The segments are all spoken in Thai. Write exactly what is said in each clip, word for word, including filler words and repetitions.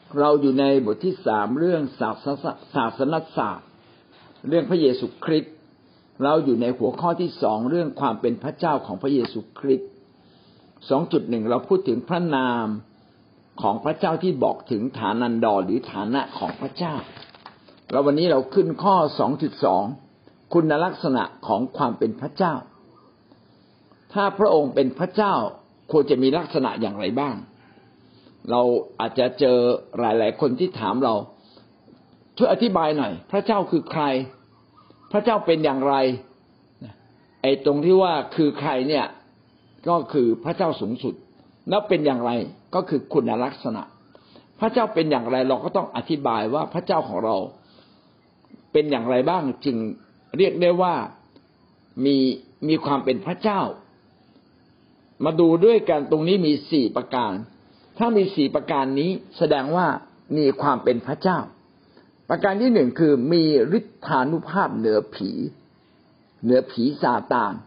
เราอยู่ในบทที่สามเรื่องศาสนศาสนศาสตร์เรื่องพระเยซูคริสต์เราอยู่ในหัวข้อที่สองเรื่องความเป็นพระเจ้าของพระเยซูคริสต์ สองจุดหนึ่ง เราพูดถึงพระนามของพระเจ้าที่บอกถึงฐานันดรหรือฐานะของพระเจ้าแล้ววันนี้เราขึ้นข้อ สองจุดสอง คุณลักษณะของความเป็นพระเจ้าถ้าพระองค์เป็นพระเจ้าควรจะมีลักษณะอย่างไรบ้างเราอาจจะเจอหลายๆคนที่ถามเราช่วยอธิบายหน่อยพระเจ้าคือใครพระเจ้าเป็นอย่างไรไอ้ตรงที่ว่าคือใครเนี่ยก็คือพระเจ้าสูงสุดแล้วเป็นอย่างไรก็คือคุณลักษณะพระเจ้าเป็นอย่างไรเราก็ต้องอธิบายว่าพระเจ้าของเราเป็นอย่างไรบ้างจึงเรียกได้ว่ามีมีความเป็นพระเจ้ามาดูด้วยกันตรงนี้มีสี่ประการถ้ามีสี่ประการนี้แสดงว่ามีความเป็นพระเจ้าประการที่หนึ่งคือมีฤทธานุภาพเหนือผีเหนือผีซาตาน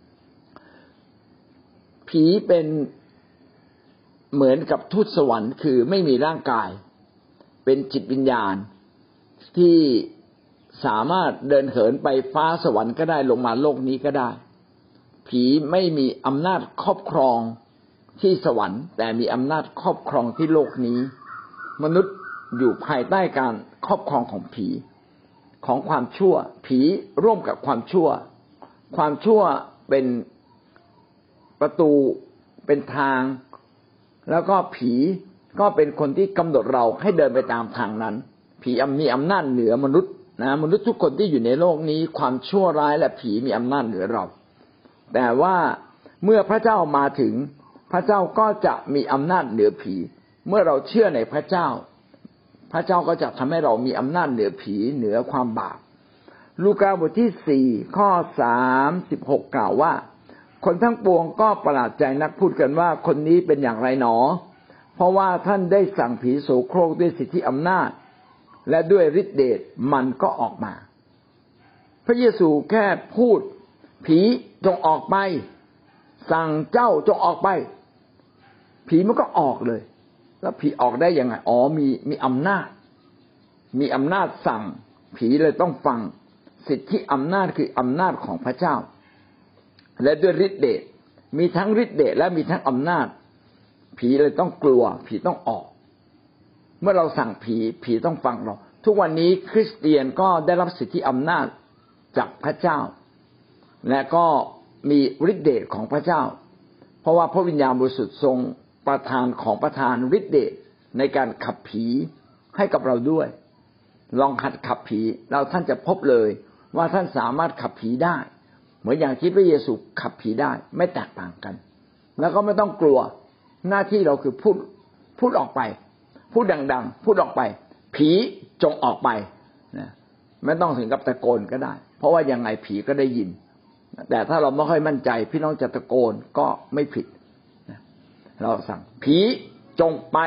ผีเป็นเหมือนกับทูตสวรรค์คือไม่มีร่างกายเป็นจิตวิญญาณที่สามารถเดินเหินไปฟ้าสวรรค์ก็ได้ลงมาโลกนี้ก็ได้ผีไม่มีอำนาจครอบครองที่สวรรค์แต่มีอำนาจครอบครองที่โลกนี้มนุษย์อยู่ภายใต้การครอบครองของผีของความชั่วผีร่วมกับความชั่วความชั่วเป็นประตูเป็นทางแล้วก็ผีก็เป็นคนที่กำหนดเราให้เดินไปตามทางนั้นผีมีอำนาจเหนือมนุษย์นะมนุษย์ทุกคนที่อยู่ในโลกนี้ความชั่วร้ายและผีมีอำนาจเหนือเราแต่ว่าเมื่อพระเจ้ามาถึงพระเจ้าก็จะมีอำนาจเหนือผีเมื่อเราเชื่อในพระเจ้าพระเจ้าก็จะทำให้เรามีอำนาจเหนือผีเหนือความบาปลูกาบทที่สี่ข้อสามสิบหกกล่าวว่าคนทั้งปวงก็ประหลาดใจนักพูดกันว่าคนนี้เป็นอย่างไรหนอเพราะว่าท่านได้สั่งผีโสโครกด้วยสิทธิอำนาจและด้วยฤทธิเดชมันก็ออกมาพระเยซูแค่พูดผีจงออกไปสั่งเจ้าจงออกไปผีมันก็ออกเลยแล้วผีออกได้ยังไงอ๋อมีมีอำนาจมีอำนาจสั่งผีเลยต้องฟังสิทธิอำนาจคืออำนาจของพระเจ้าและด้วยฤทธิเดชมีทั้งฤทธิเดชและมีทั้งอำนาจผีเลยต้องกลัวผีต้องออกเมื่อเราสั่งผีผีต้องฟังเราทุกวันนี้คริสเตียนก็ได้รับสิทธิอำนาจจากพระเจ้าและก็มีฤทธิเดชของพระเจ้าเพราะว่าพระวิญญาณบริสุทธิ์ทรงประทานของประทานฤทธิเดชในการขับผีให้กับเราด้วยลองหัดขับผีแล้วท่านจะพบเลยว่าท่านสามารถขับผีได้เหมือนอย่างที่พระเยซูขับผีได้ไม่แตกต่างกันแล้วก็ไม่ต้องกลัวหน้าที่เราคือพูดพูดออกไปพูดดังๆพูดออกไปผีจงออกไปนะไม่ต้องถึงกับตะโกนก็ได้เพราะว่ายังไงผีก็ได้ยินแต่ถ้าเราไม่ค่อยมั่นใจพี่น้องจะตะโกนก็ไม่ผิดเราสั่งผีจงไป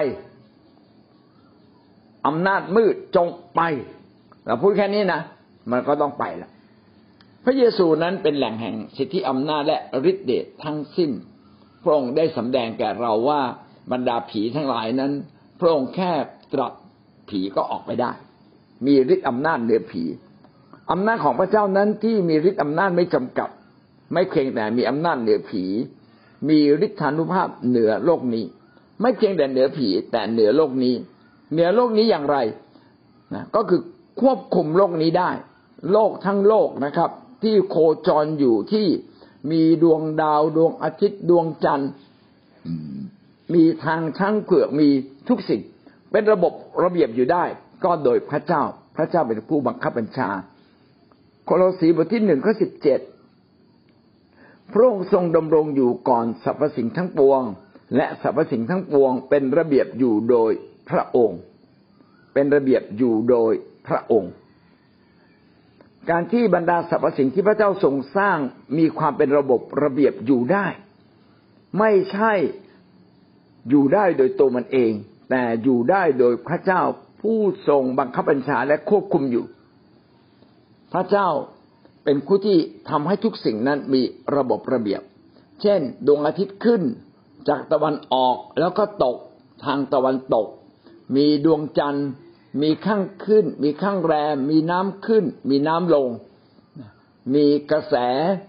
อำนาจมืดจงไปเราพูดแค่นี้นะมันก็ต้องไปละพระเยซูนั้นเป็นแหล่งแห่งสิทธิอำนาจและฤทธิเดชทั้งสิ้นพระองค์ได้สำแดงแก่เราว่าบรรดาผีทั้งหลายนั้นพระองค์แค่ตรัสผีก็ออกไปได้มีฤทธิอำนาจเหนือผีอำนาจของพระเจ้านั้นที่มีฤทธิอำนาจไม่จำกัดไม่เพียงแต่มีอำนาจเหนือผีมีฤทธานุภาพเหนือโลกนี้ไม่เพียงแต่เหนือผีแต่เหนือโลกนี้เหนือโลกนี้อย่างไรนะก็คือควบคุมโลกนี้ได้โลกทั้งโลกนะครับที่โคจรอยู่ที่มีดวงดาวดวงอาทิตย์ดวงจันทร์มีทางช้างเผือกมีทุกสิ่งเป็นระบบระเบียบอยู่ได้ก็โดยพระเจ้าพระเจ้าเป็นผู้บังคับบัญชาโคโลสีบทที่หนึ่งข้อสิบเจ็ดพระองค์ทรงดำรงอยู่ก่อนสรรพสิ่งทั้งปวงและสรรพสิ่งทั้งปวงเป็นระเบียบอยู่โดยพระองค์เป็นระเบียบอยู่โดยพระองค์การที่บรรดาสรรพสิ่งที่พระเจ้าทรงสร้างมีความเป็นระบบระเบียบอยู่ได้ไม่ใช่อยู่ได้โดยตัวมันเองแต่อยู่ได้โดยพระเจ้าผู้ทรงบังคับบัญชาและควบคุมอยู่พระเจ้าเป็นผู้ที่ทำให้ทุกสิ่งนั้นมีระบบระเบียบเช่นดวงอาทิตย์ขึ้นจากตะวันออกแล้วก็ตกทางตะวันตกมีดวงจันทร์มีข้างขึ้นมีข้างแรมมีน้ำขึ้นมีน้ำลงมีกระแส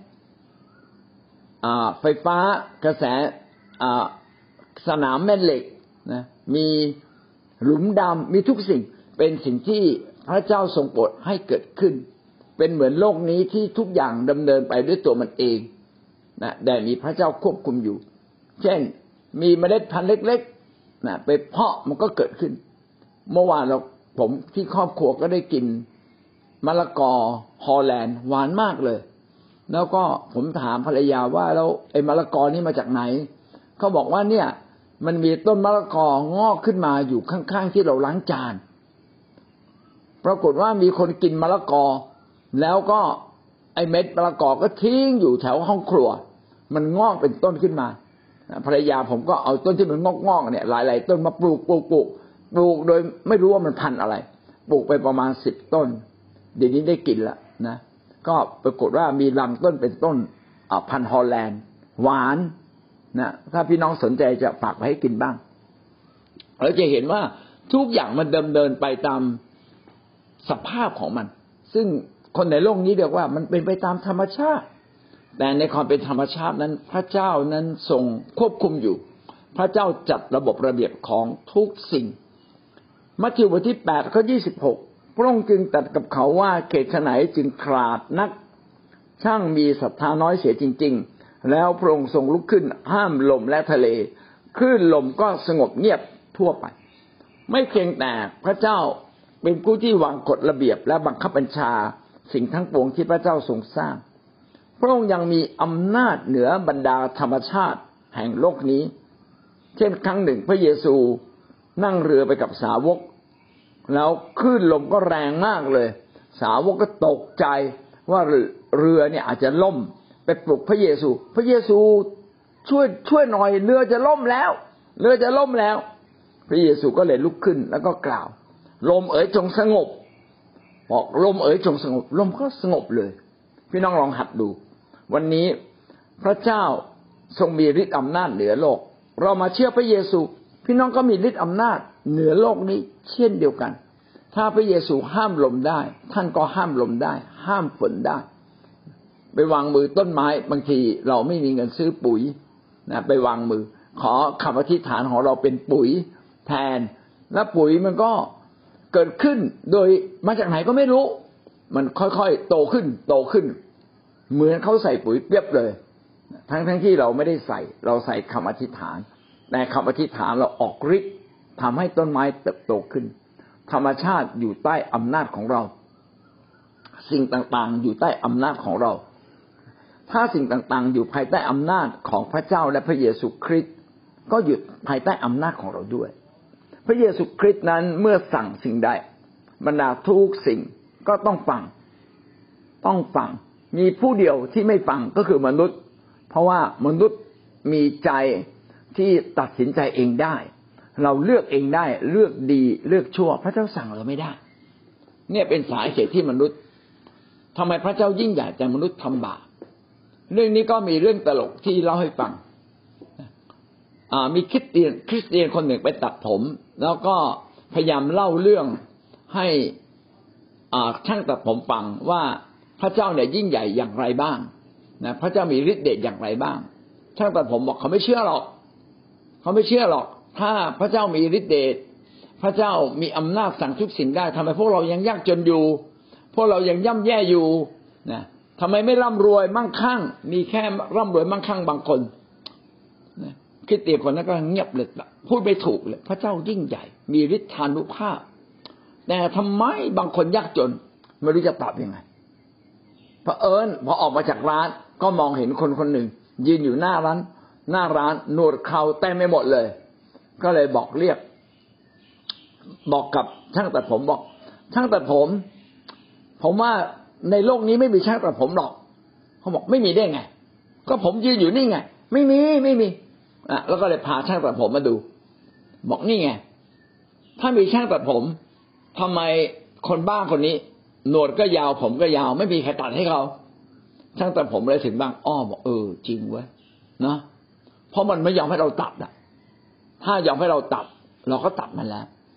ไฟฟ้ากระแสสนามแม่เหล็กนะมีหลุมดำมีทุกสิ่งเป็นสิ่งที่พระเจ้าทรงโปรดให้เกิดขึ้นเป็นเหมือนโลกนี้ที่ทุกอย่างดำเนินไปด้วยตัวมันเองนะแต่มีพระเจ้าควบคุมอยู่เช่นมีเมล็ดพันธุ์เล็กๆนะไปเพาะมันก็เกิดขึ้นเมื่อวานเราผมที่ครอบครัวก็ได้กินมะละกอฮอลแลนด์หวานมากเลยแล้วก็ผมถามภรรยาว่าแล้วไอ้มะละกอนี่มาจากไหนเขาบอกว่าเนี่ยมันมีต้นมะละกองอกขึ้นมาอยู่ข้างๆที่เราล้างจานปรากฏว่ามีคนกินมะละกอแล้วก็ไอ้เม็ดมะละกอก็ทิ้งอยู่แถวห้องครัวมันงอกเป็นต้นขึ้นมาภรรยาผมก็เอาต้นที่มันงอกๆเนี่ยหลายๆต้นมาปลูกปลูกปลูกปลูกโดยไม่รู้ว่ามันพันธุ์อะไรปลูกไปประมาณสิบต้นเดี๋ยวนี้ได้กินแล้วนะก็ปรากฏว่ามีลำต้นเป็นต้นพันธุ์ฮอลแลนด์หวานนะถ้าพี่น้องสนใจจะฝากไปให้กินบ้างเราจะเห็นว่าทุกอย่างมันดำเนินไปตามสภาพของมันซึ่งคนในโลกนี้เรียกว่ามันเป็นไปตามธรรมชาติแต่ในความเป็นธรรมชาตินั้นพระเจ้านั้นทรงควบคุมอยู่พระเจ้าจัดระบบระเบียบของทุกสิ่งมัทธิวบทที่แปดข้อยี่สิบหกพระองค์จึงตรัสกับเขาว่าเขตไหนจึงขาดนักช่างมีศรัทธาน้อยเสียจริงๆแล้วพระองค์ทรงลุกขึ้นห้ามลมและทะเลคลื่นลมก็สงบเงียบทั่วไปไม่เพียงแต่พระเจ้าเป็นผู้ที่วางกฎระเบียบและบังคับบัญชาสิ่งทั้งปวงที่พระเจ้าทรงสร้างพระองค์ยังมีอำนาจเหนือบรรดาธรรมชาติแห่งโลกนี้เช่นครั้งหนึ่งพระเยซูนั่งเรือไปกับสาวกแล้วคลื่นลมก็แรงมากเลยสาวกก็ตกใจว่าเรือเนี่ยอาจจะล่มไปปลุกพระเยซูพระเยซูช่วยช่วยหน่อยเรือจะล่มแล้วเรือจะล่มแล้วพระเยซูก็เลยลุกขึ้นแล้วก็กล่าวลมเอ๋ยจงสงบบอกลมเอ๋ยจงสงบลมก็สงบเลยพี่น้องลองหัดดูวันนี้พระเจ้าทรงมีฤทธิ์อำนาจเหนือโลกเรามาเชื่อพระเยซูพี่น้องก็มีฤทธิ์อำนาจเหนือโลกนี้เช่นเดียวกันถ้าพระเยซูห้ามลมได้ท่านก็ห้ามลมได้ห้ามฝนได้ไปวางมือต้นไม้บางทีเราไม่มีเงินซื้อปุ๋ยนะไปวางมือขอคำอธิษฐานของเราเป็นปุ๋ยแทนและปุ๋ยมันก็เกิดขึ้นโดยมาจากไหนก็ไม่รู้มันค่อยๆโตขึ้นโตขึ้นเหมือนเขาใส่ปุ๋ยเปียบเลยทั้งๆที่เราไม่ได้ใส่เราใส่คำอธิษฐานแต่คำอธิษฐานเราออกฤทธิ์ทำให้ต้นไม้เติบโตขึ้นธรรมชาติอยู่ใต้อำนาจของเราสิ่งต่างๆอยู่ใต้อำนาจของเราถ้าสิ่งต่างๆอยู่ภายใต้อำนาจของพระเจ้าและพระเยซูคริสต์ก็อยู่ภายใต้อำนาจของเราด้วยพระเยซูคริสต์นั้นเมื่อสั่งสิ่งใดบรรดาทุกสิ่งก็ต้องฟังต้องฟังมีผู้เดียวที่ไม่ฟังก็คือมนุษย์เพราะว่ามนุษย์มีใจที่ตัดสินใจเองได้เราเลือกเองได้เลือกดีเลือกชั่วพระเจ้าสั่งเราไม่ได้เนี่ยเป็นสาเหตุที่มนุษย์ทำไมพระเจ้ายิ่งใหญ่แต่มนุษย์ทำบาปเรื่องนี้ก็มีเรื่องตลกที่เล่าให้ฟังมีคริสเตียนคริสเตียนคนหนึ่งไปตัดผมแล้วก็พยายามเล่าเรื่องให้ช่างตัดผมฟังว่าพระเจ้าเนี่ยยิ่งใหญ่อย่างไรบ้างนะพระเจ้ามีฤทธิ์เดชอย่างไรบ้างช่างตัดผมบอกเขาไม่เชื่อหรอกเขาไม่เชื่อหรอกถ้าพระเจ้ามีฤทธิ์เดชพระเจ้ามีอำนาจสั่งทุกสิ่งได้ทำไมพวกเรายังยากจนอยู่พวกเรายังย่ำแย่อยู่นะทำไมไม่ร่ำรวยมั่งคั่งมีแค่ร่ำรวยมั่งคั่งบางคนนะคริสเตียนคนนั้นก็เงียบเลยพูดไม่ถูกเลยพระเจ้ายิ่งใหญ่มีฤทธานุภาพแต่ทำไมบางคนยากจนไม่รู้จะตอบยังไงเผอิญพอออกมาจากร้านก็มองเห็นคนคนหนึ่งยืนอยู่หน้าร้านหน้าร้านหนวดเขาเต็มไปหมดเลยก็เลยบอกเรียกบอกกับช่างตัดผมบอกช่างตัดผมผมว่าในโลกนี้ไม่มีช่างตัดผมหรอกเขาบอกไม่มีได้ไงก็ผมยืนอยู่นี่ไงไม่มีไม่มีอ่ะแล้วก็เลยพาช่างตัดผมมาดูบอกนี่ไงถ้ามีช่างตัดผมทำไมคนบ้าคนนี้หนวดก็ยาวผมก็ยาวไม่มีใครตัดให้เขาช่างตัดผมเลยถึงบ้างอ้อบอกเออจริงเว้ยนะเพราะมันไม่ยอมให้เราตัดอ่ะถ้ายอมให้เราตัดเราก็ตัดมันแล้ว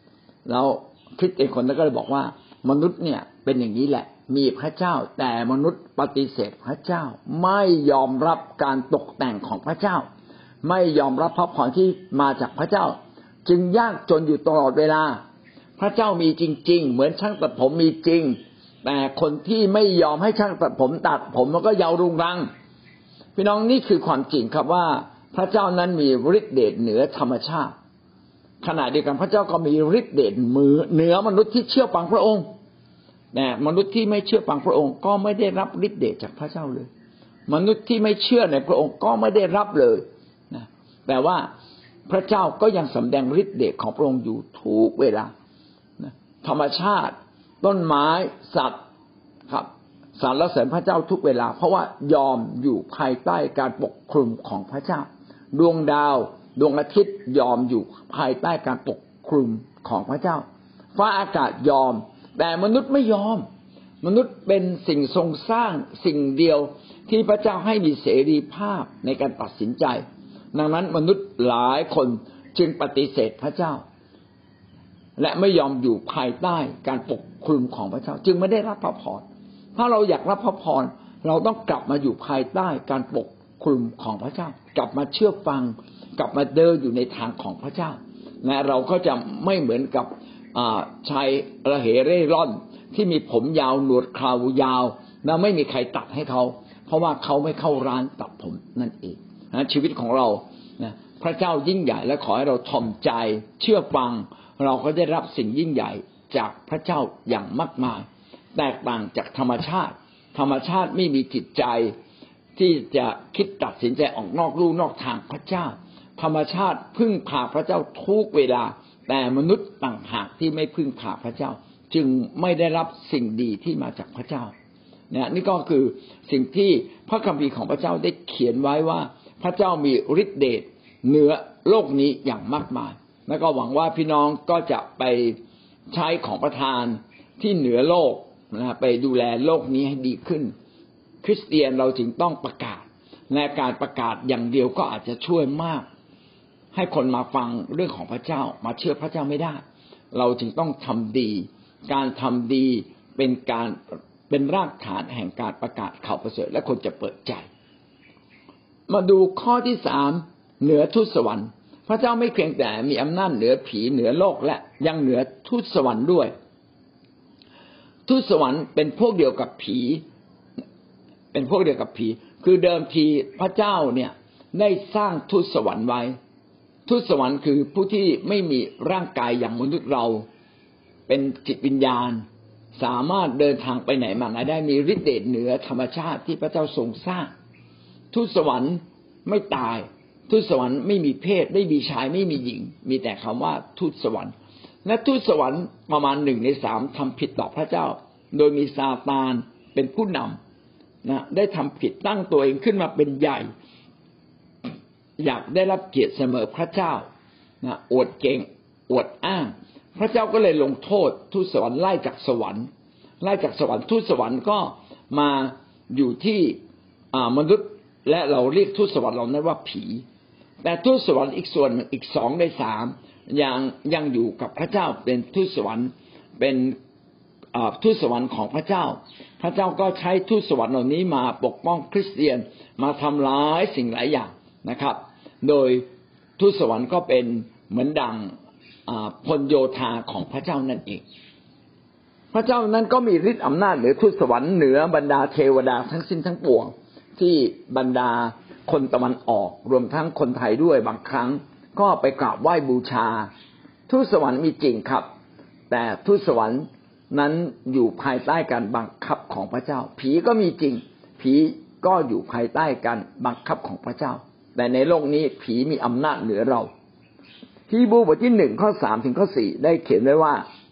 แล้วคริสเตียนคนนั้นก็เลยบอกว่ามนุษย์เนี่ยเป็นอย่างนี้แหละมีพระเจ้าแต่มนุษย์ปฏิเสธพระเจ้าไม่ยอมรับการตกแต่งของพระเจ้าไม่ยอมรับพระพรที่มาจากพระเจ้าจึงยากจนอยู่ตลอดเวลาพระเจ้ามีจริงๆเหมือนช่างตัดผมมีจริงแต่คนที่ไม่ยอมให้ช่างตัดผมตัดผมมันก็เยาว์รุงรังพี่น้องนี่คือความจริงครับว่าพระเจ้านั้นมีฤทธิ์เดชเหนือธรรมชาติขณะเดียวกันพระเจ้าก็มีฤทธิ์เดชมือเหนือมนุษย์ที่เชื่อฟังพระองค์แต่มนุษย์ที่ไม่เชื่อฟังพระองค์ก็ไม่ได้รับฤทธิ์เดชจากพระเจ้าเลยมนุษย์ที่ไม่เชื่อในพระองค์ก็ไม่ได้รับเลยนะแต่ว่าพระเจ้าก็ยังสำแดงฤทธิ์เดชของพระองค์อยู่ทุกเวลานะธรรมชาติต้นไม้สัตว์ครับสรรเสริญพระเจ้าทุกเวลาเพราะว่ายอมอยู่ภายใต้การปกคลุมของพระเจ้าดวงดาวดวงอาทิตย์ยอมอยู่ภายใต้การปกคลุมของพระเจ้าฟ้าอากาศยอมแต่มนุษย์ไม่ยอมมนุษย์เป็นสิ่งทรงสร้างสิ่งเดียวที่พระเจ้าให้มีเสรีภาพในการตัดสินใจดังนั้นมนุษย์หลายคนจึงปฏิเสธพระเจ้าและไม่ยอมอยู่ภายใต้การปกคลุมของพระเจ้าจึงไม่ได้รับพระพรถ้าเราอยากรับพระพรเราต้องกลับมาอยู่ภายใต้การปกคลุมของพระเจ้ากลับมาเชื่อฟังกลับมาเดินอยู่ในทางของพระเจ้าและเราก็จะไม่เหมือนกับชายระเหเร่ร่อนที่มีผมยาวหนวดเครายาวและไม่มีใครตัดให้เขาเพราะว่าเขาไม่เข้าร้านตัดผมนั่นเองนะชีวิตของเรานะพระเจ้ายิ่งใหญ่และขอให้เราถ่อมใจเชื่อฟังเราก็ได้รับสิ่งยิ่งใหญ่จากพระเจ้าอย่างมากมายแตกต่างจากธรรมชาติธรรมชาติไม่มีจิตใจที่จะคิดตัดสินใจออกนอกลู่นอกทางพระเจ้าธรรมชาติพึ่งพาพระเจ้าทุกเวลาแต่มนุษย์ต่างหากที่ไม่พึ่งพาพระเจ้าจึงไม่ได้รับสิ่งดีที่มาจากพระเจ้านะนี่ก็คือสิ่งที่พระคัมภีร์ของพระเจ้าได้เขียนไว้ว่าพระเจ้ามีฤทธิ์เดชเหนือโลกนี้อย่างมากมายแล้วก็หวังว่าพี่น้องก็จะไปใช้ของประทานที่เหนือโลกนะไปดูแลโลกนี้ให้ดีขึ้นคริสเตียนเราจึงต้องประกาศและการประกาศอย่างเดียวก็อาจจะช่วยมากให้คนมาฟังเรื่องของพระเจ้ามาเชื่อพระเจ้าไม่ได้เราจึงต้องทำดีการทำดีเป็นการเป็นรากฐานแห่งการประกาศข่าวประเสริฐและคนจะเปิดใจมาดูข้อที่สามเหนือทูตสวรรค์พระเจ้าไม่เพียงแต่มีอำนาจเหนือผีเหนือโลกและยังเหนือทูตสวรรค์ด้วยทูตสวรรค์เป็นพวกเดียวกับผีเป็นพวกเดียวกับผีคือเดิมทีพระเจ้าเนี่ยได้สร้างทูตสวรรค์ไว้ทูตสวรรค์คือผู้ที่ไม่มีร่างกายอย่างมนุษย์เราเป็นจิตวิญญาณสามารถเดินทางไปไหนมาไหนได้มีฤทธิ์เดชเหนือธรรมชาติที่พระเจ้าทรงสร้างทูตสวรรค์ไม่ตายทูตสวรรค์ไม่มีเพศไม่มีชายไม่มีหญิงมีแต่คำว่าทูตสวรรค์และทูตสวรรค์ประมาณหนึ่งในสามทำผิดต่อพระเจ้าโดยมีซาตานเป็นผู้นำนะได้ทำผิดตั้งตัวเองขึ้นมาเป็นใหญ่อยากได้รับเกียรติเสมอพระเจ้านะอวดเก่งอวดอ้างพระเจ้าก็เลยลงโทษทูตสวรรค์ไล่จากสวรรค์ไล่จากสวรรค์ทูตสวรรค์ก็มาอยู่ที่มนุษย์และเราเรียกทูตสวรรค์เหล่านั้นว่าผีแต่ทูตสวรรค์อีกส่วนหนึ่งอีกสองในสามยังยังอยู่กับพระเจ้าเป็นทูตสวรรค์เป็นทูตสวรรค์ของพระเจ้าพระเจ้าก็ใช้ทูตสวรรค์เหล่านี้มาปกป้องคริสเตียนมาทำร้ายสิ่งหลายอย่างนะครับโดยทูตสวรรค์ก็เป็นเหมือนดังพลโยธาของพระเจ้านั่นเองพระเจ้านั้นก็มีฤทธิ์อำนาจเหนือทูตสวรรค์เหนือบรรดาเทวดาทั้งสิ้นทั้งปวงที่บรรดาคนตะวันออกรวมทั้งคนไทยด้วยบางครั้งก็ไปกราบไหว้บูชาทูตสวรรค์มีจริงครับแต่ทูตสวรรค์นั้นอยู่ภายใต้การบังคับของพระเจ้าผีก็มีจริงผีก็อยู่ภายใต้การบังคับของพระเจ้าแต่ในโลกนี้ผีมีอำนาจเหนือเราฮีบรูบทที่หนึ่งข้อสามถึงข้อสี่ได้เขียนไว้ว่า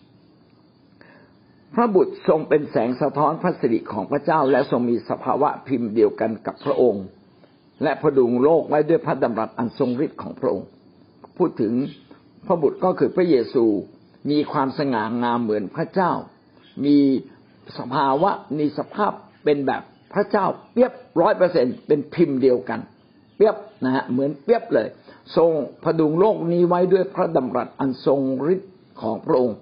พระบุตรทรงเป็นแสงสะท้อนพระสิริของพระเจ้าและทรงมีสภาวะพิมพ์เดียวกันกับพระองค์และพดุงโลกไว้ด้วยพระดำรัสอันทรงฤทธิ์ของพระองค์พูดถึงพระบุตรก็คือพระเยซูมีความสง่างามเหมือนพระเจ้ามีสภาวะมีสภาพเป็นแบบพระเจ้าเปียบ ร้อยเปอร์เซ็นต์ เป็นพิมพ์เดียวกันเปียบนะฮะเหมือนเปียบเลยทรงพดุงโลกนี้ไว้ด้วยพระดำรัสอันทรงฤทธิ์ของพระองค์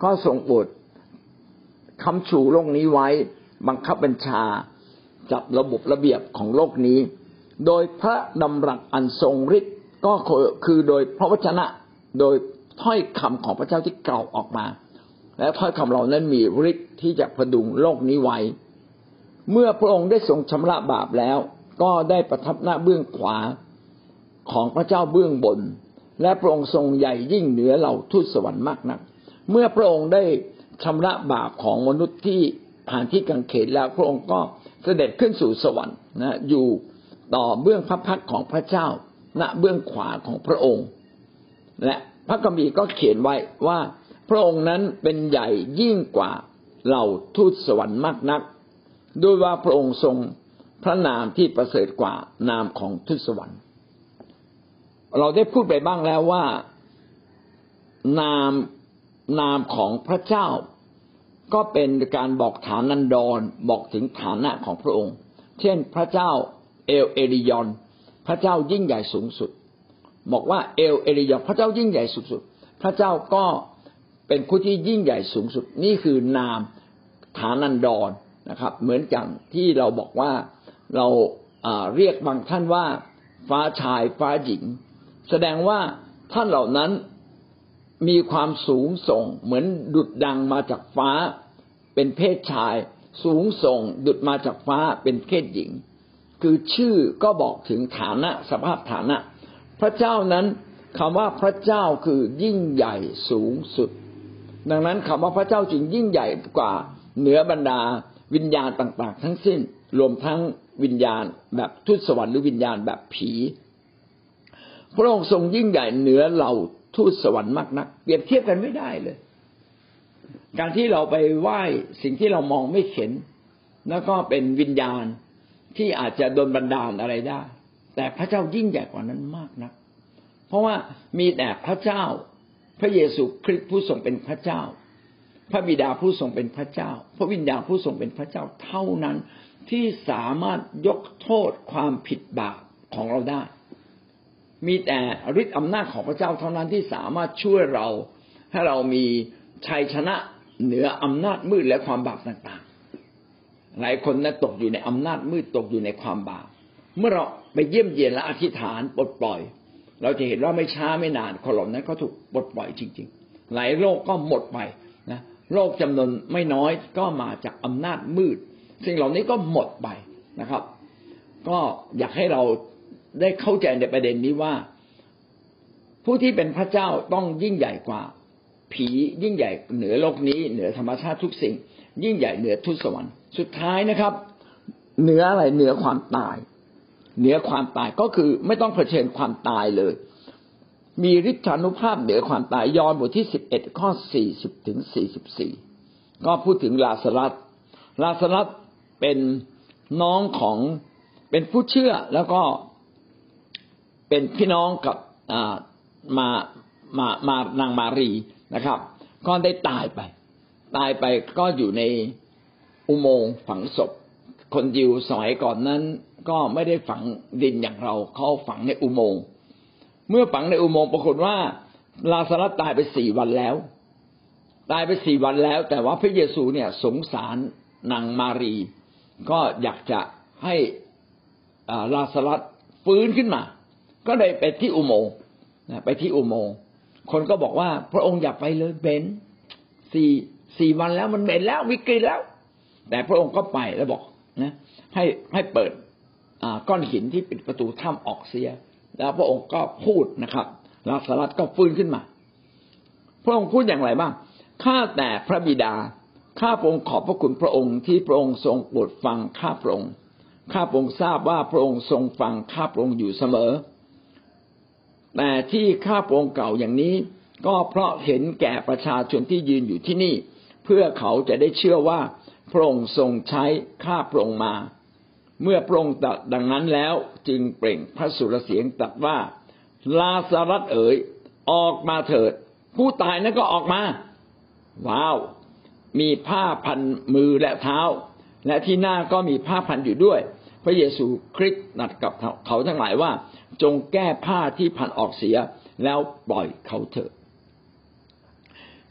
ก็ทรงโปรดค้ำชูโลกนี้ไว้บังคับบัญชาจัดระบบระเบียบของโลกนี้โดยพระดำรัสอันทรงฤทธิ์ก็คือโดยพระวจนะโดยถ้อยคำของพระเจ้าที่กล่าวออกมาและถ้อยคำเหล่านั้นมีฤทธิ์ที่จะพดุงโลกนี้ไว้เมื่อพระองค์ได้ทรงชำระบาปแล้วก็ได้ประทับหน้าเบื้องขวาของพระเจ้าเบื้องบนและพระองค์ทรงใหญ่ยิ่งเหนือเหล่าทูตสวรรค์มากนักเมื่อพระองค์ได้ชำระบาปของมนุษย์ที่ผ่านที่กังเขนแล้วพระองค์ก็เสด็จขึ้นสู่สวรรค์นะอยู่ต่อเบื้องพระพักตร์ของพระเจ้าณเบื้องขวาของพระองค์และพระคัมภีร์ก็เขียนไว้ว่าพระองค์นั้นเป็นใหญ่ยิ่งกว่าเหล่าทูตสวรรค์มากนักด้วยว่าพระองค์ทรงพระนามที่ประเสริฐกว่านามของทูตสวรรค์เราได้พูดไปบ้างแล้วว่านามนามของพระเจ้าก็เป็นการบอกฐานันดรบอกถึงฐานะของพระองค์เช่นพระเจ้าเอลเอลิยอนพระเจ้ายิ่งใหญ่สูงสุดบอกว่าเอลเอลิยอนพระเจ้ายิ่งใหญ่สูงสุดพระเจ้าก็เป็นผู้ที่ยิ่งใหญ่สูงสุดนี่คือนามฐานันดรนะครับเหมือนกันที่เราบอกว่าเราเรียกบางท่านว่าฟ้าชายฟ้าหญิงแสดงว่าท่านเหล่านั้นมีความสูงส่งเหมือนดุจดังมาจากฟ้าเป็นเพศชายสูงส่งดุจมาจากฟ้าเป็นเพศหญิงคือชื่อก็บอกถึงฐานะสภาพฐานะพระเจ้านั้นคำว่าพระเจ้าคือยิ่งใหญ่สูงสุดดังนั้นคำว่าพระเจ้าจึงยิ่งใหญ่กว่าเหนือบรรดาวิญญาณต่างๆทั้งสิ้นรวมทั้งวิญญาณแบบทูตสวรรค์หรือวิญญาณแบบผีพระองค์ทรงยิ่งใหญ่เหนือเหล่าทูตสวรรค์มากนักเปรียบเทียบกันไม่ได้เลยการที่เราไปไหว้สิ่งที่เรามองไม่เห็นแล้วก็เป็นวิญญาณที่อาจจะโดนบันดาลอะไรได้แต่พระเจ้ายิ่งใหญ่กว่านั้นมากนักเพราะว่ามีแต่พระเจ้าพระเยซูคริสต์ผู้ทรงเป็นพระเจ้าพระบิดาผู้ทรงเป็นพระเจ้าพระวิญญาณผู้ทรงเป็นพระเจ้าเท่านั้นที่สามารถยกโทษความผิดบาปของเราได้มีแต่ฤทธิ์อำนาจของพระเจ้าเท่านั้นที่สามารถช่วยเราให้เรามีชัยชนะเหนืออำนาจมืดและความบาปต่างๆหลายคนนั้นตกอยู่ในอำนาจมืดตกอยู่ในความบาปเมื่อเราไปเยี่ยมเยียนและอธิษฐานปลดปล่อยเราจะเห็นว่าไม่ช้าไม่นานคนเหล่านั้นก็ถูกปลดปล่อยจริงๆหลายโรคก็หมดไปนะโรคจำนวนไม่น้อยก็มาจากอำนาจมืดสิ่งเหล่านี้ก็หมดไปนะครับก็อยากให้เราได้เข้าใจในประเด็นนี้ว่าผู้ที่เป็นพระเจ้าต้องยิ่งใหญ่กว่าผียิ่งใหญ่เหนือโลกนี้เหนือธรรมชาติทุกสิ่งยิ่งใหญ่เหนือทูตสวรรค์สุดท้ายนะครับเหนืออะไรเหนือความตายเหนือความตายก็คือไม่ต้องเผชิญความตายเลยมีฤทธานุภาพเหนือความตายยอห์นบทที่สิบเอ็ดข้อสี่สิบถึงสี่สิบสี่ก็พูดถึงลาซารัสลาซารัสเป็นน้องของเป็นผู้เชื่อแล้วก็เป็นพี่น้องกับอ่ามามา มานางมารีนะครับก็ได้ตายไปตายไปก็อยู่ในอุโมงค์ฝังศพคนยิวสมัยก่อนนั้นก็ไม่ได้ฝังดินอย่างเราเขาฝังในอุโมงค์เมื่อฝังในอุโมงค์ปรากฏว่าลาซารัสตายไปสี่วันแล้วตายไปสี่วันแล้วแต่ว่าพระเยซูเนี่ยสงสารนางมารีก็อยากจะให้ลาซารัสฟื้นขึ้นมาก็เลยไปที่อุโมงค์ไปที่อุโมงค์คนก็บอกว่าพระองค์อย่าไปเลยเบนสี่สี่วันแล้วมันเหม็นแล้ววิกฤตแล้วแต่พระองค์ก็ไปแล้วบอกนะให้ให้เปิดก้อนหินที่ปิดประตูถ้ำออกเสียแล้วพระองค์ก็พูดนะครับลาซารัสก็ฟื้นขึ้นมาพระองค์พูดอย่างไรบ้างข้าแต่พระบิดาข้าพระองค์ขอบพระคุณพระองค์ที่พระองค์ทรงโปรดฟังข้าพระองค์ข้าพระองค์ทราบว่าพระองค์ทรงฟังข้าพระองค์อยู่เสมอแต่ที่ข้าพระองค์กล่าวอย่างนี้ก็เพราะเห็นแก่ประชาชนที่ยืนอยู่ที่นี่เพื่อเขาจะได้เชื่อว่าพระองค์ทรงใช้ข้าพระองค์มาเมื่อพระองค์ตรัสดังนั้นแล้วจึงเปล่งพระสุรเสียงตรัสว่าลาซารัสเอ๋ยออกมาเถิดผู้ตายนั้นก็ออกมาว้าวมีผ้าพันมือและเท้าและที่หน้าก็มีผ้าพันอยู่ด้วยพระเยซูคริสต์ตรัสกับเขาทั้งหลายว่าจงแก้ผ้าที่พันออกเสียแล้วปล่อยเขาเถิด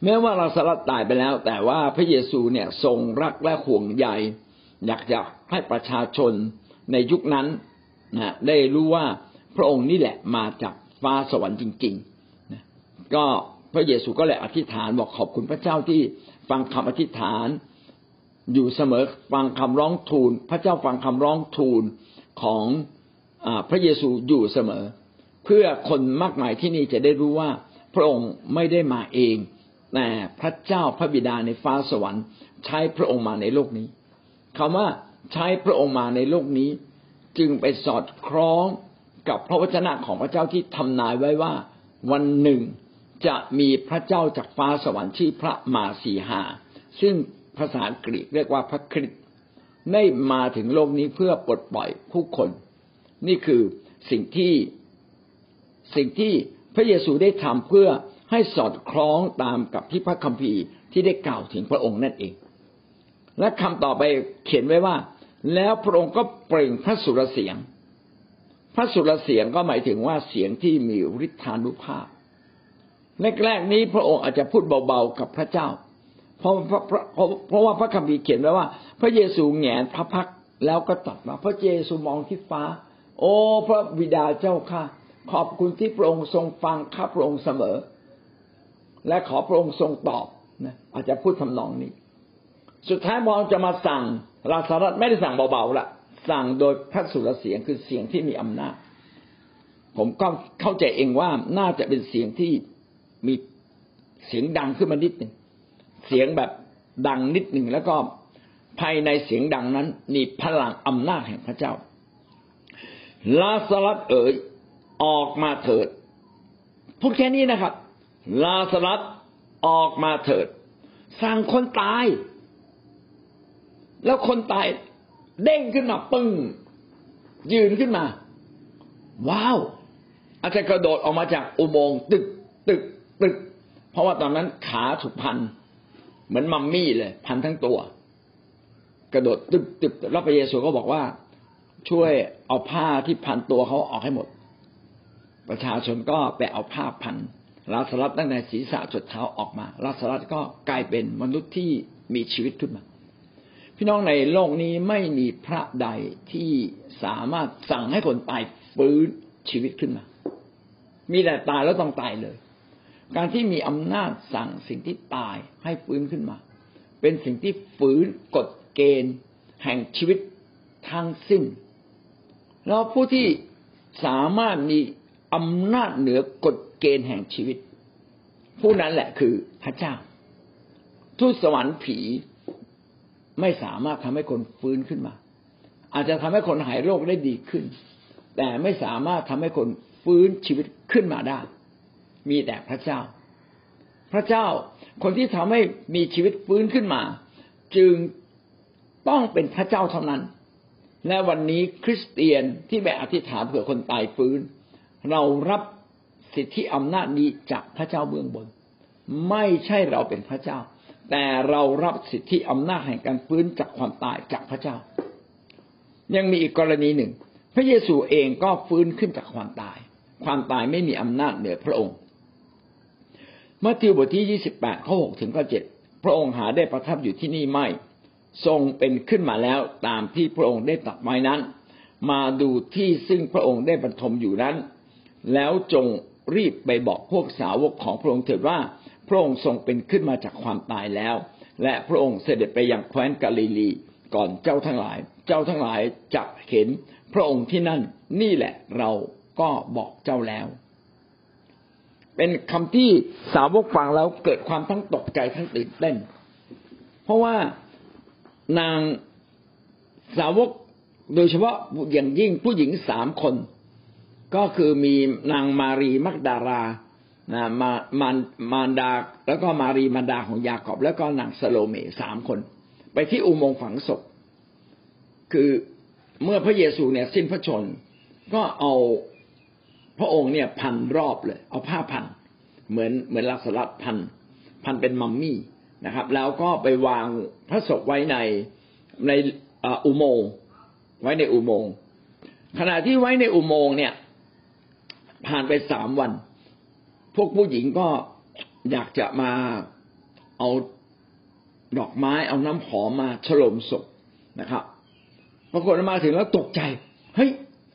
แม้ว่าลาซารัสตายไปแล้วแต่ว่าพระเยซูเนี่ยทรงรักและห่วงใยอยากจะให้ประชาชนในยุคนั้นนะได้รู้ว่าพระองค์นี่แหละมาจากฟ้าสวรรค์จริงๆนะก็พระเยซูก็เลยอธิษฐานบอกขอบคุณพระเจ้าที่ฟังคำอธิษฐานอยู่เสมอฟังคำร้องทูลพระเจ้าฟังคำร้องทูลของอ่าพระเยซูอยู่เสมอเพื่อคนมากมายที่นี่จะได้รู้ว่าพระองค์ไม่ได้มาเองแต่พระเจ้าพระบิดาในฟ้าสวรรค์ใช้พระองค์มาในโลกนี้คำว่าใช้พระองค์มาในโลกนี้จึงไปสอดคล้องกับพระวจนะของพระเจ้าที่ทำนายไว้ว่าวันหนึ่งจะมีพระเจ้าจากฟ้าสวรรค์ชื่อพระมาสีหาซึ่งภาษากรีกเรียกว่าพระคริสต์ได้มาถึงโลกนี้เพื่อปลดปล่อยผู้คนนี่คือสิ่งที่สิ่งที่พระเยซูได้ทำเพื่อให้สอดคล้องตามกับที่พระคัมภีร์ที่ได้กล่าวถึงพระองค์นั่นเองและคำต่อไปเขียนไว้ว่าแล้วพระองค์ก็เปล่งพระสุรเสียงพระสุรเสียงก็หมายถึงว่าเสียงที่มีฤทธานุภาพแรกๆนี้พระองค์อาจจะพูดเบาๆกับพระเจ้าเพราะเพราะเพราะว่าพระคัมภีร์เขียนไว้ว่าพระเยซูแหงนพระพักตร์แล้วก็ตรัสมาพระเยซูมองที่ฟ้าโอ้พระบิดาเจ้าข้าขอบคุณที่พระองค์ทรงฟังข้าพระองค์เสมอและขอพระองค์ทรงตอบนะอาจจะพูดทำนองนี้สุดท้ายพระองค์จะมาสั่งลาซารัสไม่ได้สั่งเบาๆละสั่งโดยพระสุรเสียงคือเสียงที่มีอำนาจผมก็เข้าใจเองว่าน่าจะเป็นเสียงที่มีเสียงดังขึ้นมานิดนึงเสียงแบบดังนิดนึงแล้วก็ภายในเสียงดังนั้นมีพลังอำนาจแห่งพระเจ้าลาซารัสเอ๋ยออกมาเถิดพูดแค่นี้นะครับลาซารัสออกมาเถิดสั่งคนตายแล้วคนตายเด้งขึ้นมาปึ้งยืนขึ้นมาว้าวอาจจะกระโดดออกมาจากอุโมงค์ตึกตึกตึกเพราะว่าตอนนั้นขาถูกพันเหมือนมัมมี่เลยพันทั้งตัวกระโดดตึกตึกแล้วพระเยซูก็บอกว่าช่วยเอาผ้าที่พันตัวเขาออกให้หมดประชาชนก็ไปเอาผ้าพันลาซารัสตั้งแต่ศีรษะจนเท้าออกมาลาซารัสก็กลายเป็นมนุษย์ที่มีชีวิตขึ้นมาพี่น้องในโลกนี้ไม่มีพระใดที่สามารถสั่งให้คนตายฟื้นชีวิตขึ้นมามีแต่ตายแล้วต้องตายเลยการที่มีอำนาจสั่งสิ่งที่ตายให้ฟื้นขึ้นมาเป็นสิ่งที่ฝืนกฎเกณฑ์แห่งชีวิตทั้งสิ้นแล้วผู้ที่สามารถมีอำนาจเหนือกฎเกณฑ์แห่งชีวิตผู้นั้นแหละคือพระเจ้าทูตสวรรค์ผีไม่สามารถทำให้คนฟื้นขึ้นมาอาจจะทำให้คนหายโรคได้ดีขึ้นแต่ไม่สามารถทำให้คนฟื้นชีวิตขึ้นมาได้มีแต่พระเจ้าพระเจ้าคนที่ทำให้มีชีวิตฟื้นขึ้นมาจึงต้องเป็นพระเจ้าเท่านั้นและวันนี้คริสเตียนที่ไปอธิษฐานเผื่อคนตายฟื้นเรารับสิทธิอำนาจนี้จากพระเจ้าเบื้องบนไม่ใช่เราเป็นพระเจ้าแต่เรารับสิทธิอำนาจแห่งการฟื้นจากความตายจากพระเจ้ายังมีอีกกรณีหนึ่งพระเยซูเองก็ฟื้นขึ้นจากความตายความตายไม่มีอำนาจเหนือพระองค์มัทธิวบทที่ยี่สิบแปดข้อหกถึงข้อเจ็ดพระองค์หาได้ประทับอยู่ที่นี่ไม่ทรงเป็นขึ้นมาแล้วตามที่พระองค์ได้ตรัสไว้นั้นมาดูที่ซึ่งพระองค์ได้บรรทมอยู่นั้นแล้วจงรีบไปบอกพวกสาวกของพระองค์เถิดว่าพระองค์ทรงเป็นขึ้นมาจากความตายแล้วและพระองค์เสด็จไปยังแคว้นกาลิลีก่อนเจ้าทั้งหลายเจ้าทั้งหลายจะเห็นพระองค์ที่นั่นนี่แหละเราก็บอกเจ้าแล้วเป็นคำที่สาวกฟังแล้วเกิดความทั้งตกใจทั้งตื่นเต้นเพราะว่านางสาวกโดยเฉพาะอย่างยิ่งผู้หญิงสามคนก็คือมีนางมารีมักดารานะมามารมารดาแล้วก็มารีมารดาของยากอบแล้วก็นางซาโลเมสามคนไปที่อุโมงค์ฝังศพคือเมื่อพระเยซูเนี่ยสิ้นพระชนม์ก็เอาพระองค์เนี่ยพันรอบเลยเอาผ้าพันเหมือนเหมือนลาซารัสพันพันเป็นมัมมี่นะครับแล้วก็ไปวางพระศพไว้ในในอุโมงค์ไว้ในอุโมงค์ขณะที่ไว้ในอุโมงค์เนี่ยผ่านไปสามวันพวกผู้หญิงก็อยากจะมาเอาดอกไม้เอาน้ำหอมมาฉลมศพนะครับปรากฏมาถึงแล้วตกใจเฮ้ย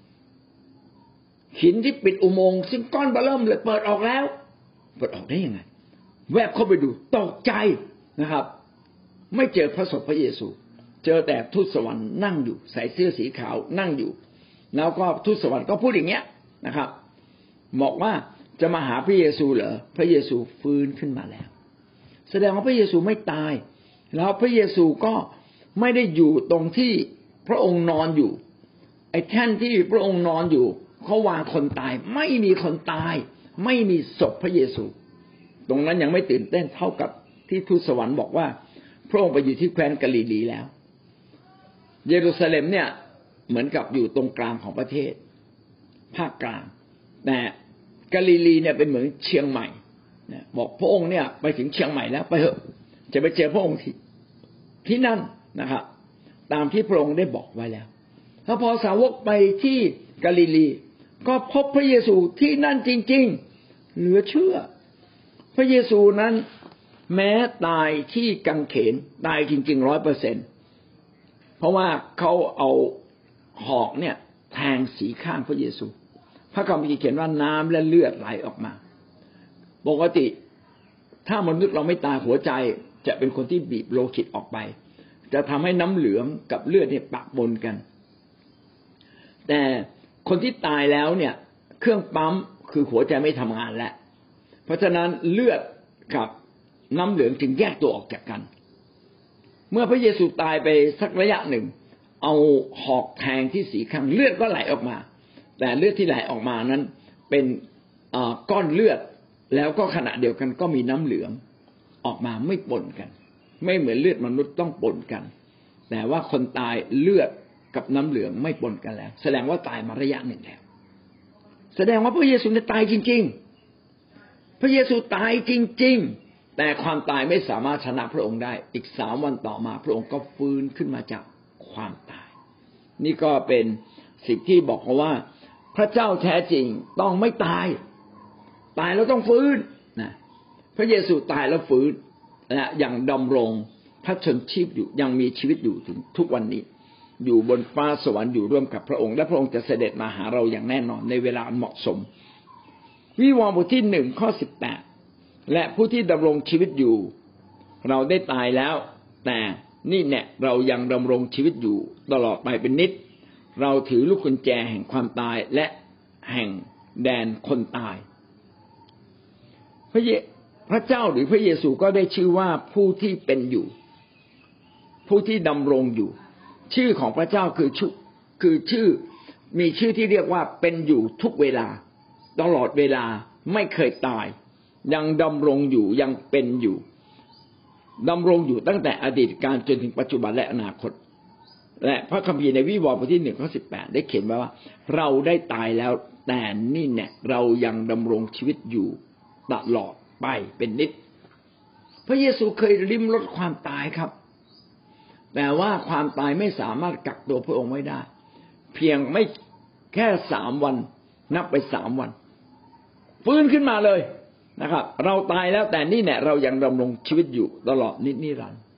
หินที่ปิดอุโมงค์ซึ่งก้อนเบอเริ่มเลยเปิดออกแล้วเปิดออกได้ยังไงแวบเข้าไปดูตกใจนะครับไม่เจอพระศพพระเยซูเจอแต่ทูตสวรรค์นั่งอยู่ใส่เสื้อสีขาวนั่งอยู่แล้วก็ทูตสวรรค์ก็พูดอย่างเงี้ยนะครับบอกว่าจะมาหาพระเยซูเหรอพระเยซูฟื้นขึ้นมาแล้วแสดงว่าพระเยซูไม่ตายแล้วพระเยซูก็ไม่ได้อยู่ตรงที่พระองค์นอนอยู่ไอ้แท่นที่พระองค์นอนอยู่เขาวางคนตายไม่มีคนตายไม่มีศพพระเยซูตรงนั้นยังไม่ตื่นเต้นเท่ากับที่ทูตสวรรค์บอกว่าพระองค์ไปอยู่ที่แคว้นกาลิลีแล้วเยรูซาเล็มเนี่ยเหมือนกับอยู่ตรงกลางของประเทศภาคกลางแต่กาลิลีเนี่ยเป็นเหมือนเชียงใหม่บอกพระองค์เนี่ยไปถึงเชียงใหม่แล้วไปเถอะจะไปเจอพระองค์ที่ที่นั่นนะครับตามที่พระองค์ได้บอกไว้แล้วแล้วพอสาวกไปที่กาลิลีก็พบพระเยซูที่นั่นจริงๆเหลือเชื่อพระเยซูนั้นแม้ตายที่กางเขนตายจริงๆร้อยเปอร์เซ็นต์เพราะว่าเขาเอาหอกเนี่ยแทงสีข้างพระเยซูพระคัมภีร์เขียนว่าน้ำและเลือดไหลออกมาปกติถ้ามนุษย์เราไม่ตายหัวใจจะเป็นคนที่บีบโลหิตออกไปจะทำให้น้ำเหลืองกับเลือดเนี่ยปะปนกันแต่คนที่ตายแล้วเนี่ยเครื่องปั๊มคือหัวใจไม่ทำงานแล้วเพราะฉะนั้นเลือดกับน้ำเหลืองจึงแยกตัวออกจากกันเมื่อพระเยซูตายไปสักระยะหนึ่งเอาหอกแทงที่สีข้างเลือดก็ไหลออกมาแต่เลือดที่ไหลออกมานั้นเป็นก้อนเลือดแล้วก็ขณะเดียวกันก็มีน้ำเหลืองออกมาไม่ปนกันไม่เหมือนเลือดมนุษย์ต้องปนกันแต่ว่าคนตายเลือดกับน้ำเหลืองไม่ปนกันแล้วแสดงว่าตายมาระยะหนึ่งแล้วแสดงว่าพระเยซูตายจริงๆพระเยซูตายจริงๆแต่ความตายไม่สามารถชนะพระองค์ได้อีกสามวันต่อมาพระองค์ก็ฟื้นขึ้นมาจากความตายนี่ก็เป็นสิ่งที่บอกว่าพระเจ้าแท้จริงต้องไม่ตายตายแล้วต้องฟื้นนะพระเยซูตายแล้วฟื้นและยังดำรงพระชนชีพอยู่ยังมีชีวิตอยู่ถึงทุกวันนี้อยู่บนฟ้าสวรรค์อยู่ร่วมกับพระองค์และพระองค์จะเสด็จมาหาเราอย่างแน่นอนในเวลาเหมาะสมวิวรณ์บทที่หนึ่งข้อสิบแปดและผู้ที่ดำรงชีวิตอยู่เราได้ตายแล้วแต่นี่แน่เรายังดำรงชีวิตอยู่ตลอดไปเป็นนิจเราถือลูกกุญแจแห่งความตายและแห่งแดนคนตายพระเยพระเจ้าหรือพระเยซูก็ได้ชื่อว่าผู้ที่เป็นอยู่ผู้ที่ดำรงอยู่ชื่อของพระเจ้าคือชื่อคือชื่อมีชื่อที่เรียกว่าเป็นอยู่ทุกเวลาตลอดเวลาไม่เคยตายยังดำรงอยู่ยังเป็นอยู่ดำรงอยู่ตั้งแต่อดีตการจนถึงปัจจุบันและอนาคตและพระคัมภีร์ในวิวรณ์บทที่หนึ่งข้อสิบแปดได้เขียนไว้ว่าเราได้ตายแล้วแต่นี่เนี่ยเรายังดำรงชีวิตอยู่ตลอดไปเป็นนิจพระเยซูเคยลิ้มรสความตายครับแต่ว่าความตายไม่สามารถกักตัวพระองค์ไว้ได้เพียงไม่แค่สามวันนับไปสามวันฟื้นขึ้นมาเลยนะครับเราตายแล้วแต่นี่เนี่ยเรายังดำรงชีวิตอยู่ตลอดนิจนิรันดร์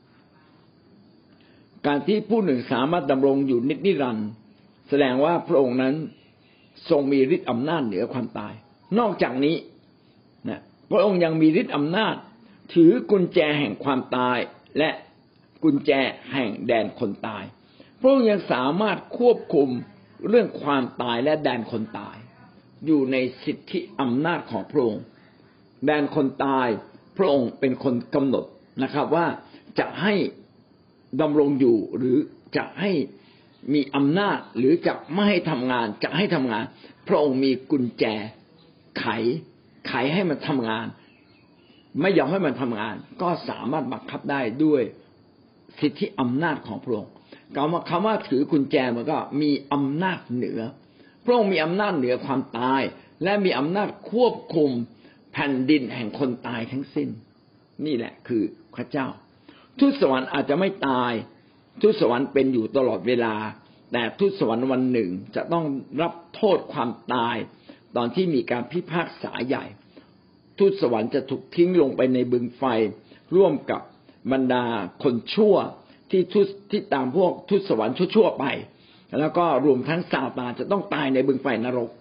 การที่ผู้หนึ่งสามารถดำรงอยู่นิจนิรันดร์แสดงว่าพระองค์นั้นทรงมีฤทธิ์อำนาจเหนือความตายนอกจากนี้นะพระองค์ยังมีฤทธิ์อำนาจถือกุญแจแห่งความตายและกุญแจแห่งแดนคนตายพระองค์ยังสามารถควบคุมเรื่องความตายและแดนคนตายอยู่ในสิทธิอำนาจของพระองค์แดนคนตายพระองค์เป็นคนกำหนดนะครับว่าจะให้ดำรงอยู่หรือจะให้มีอำนาจหรือจะไม่ให้ทำงานจะให้ทำงานพระองค์มีกุญแจไขไขให้มันทำงานไม่ยอมให้มันทำงานก็สามารถบังคับได้ด้วยสิทธิอำนาจของพระองค์คำว่าคำว่าถือกุญแจมันก็มีอำนาจเหนือพระองค์มีอำนาจเหนือความตายและมีอำนาจควบคุมแผ่นดินแห่งคนตายทั้งสิ้นนี่แหละคือพระเจ้าทูตสวรรค์อาจจะไม่ตายทูตสวรรค์เป็นอยู่ตลอดเวลาแต่ทูตสวรรค์วันหนึ่งจะต้องรับโทษความตายตอนที่มีการพิพากษาใหญ่ทูตสวรรค์จะถูกทิ้งลงไปในบึงไฟร่วมกับบรรดาคนชั่วที่ทุที่ตามพวกทูตสวรรค์ชั่วๆไปแล้วก็รวมทั้งซาตานจะต้องตายในบึงไฟนรก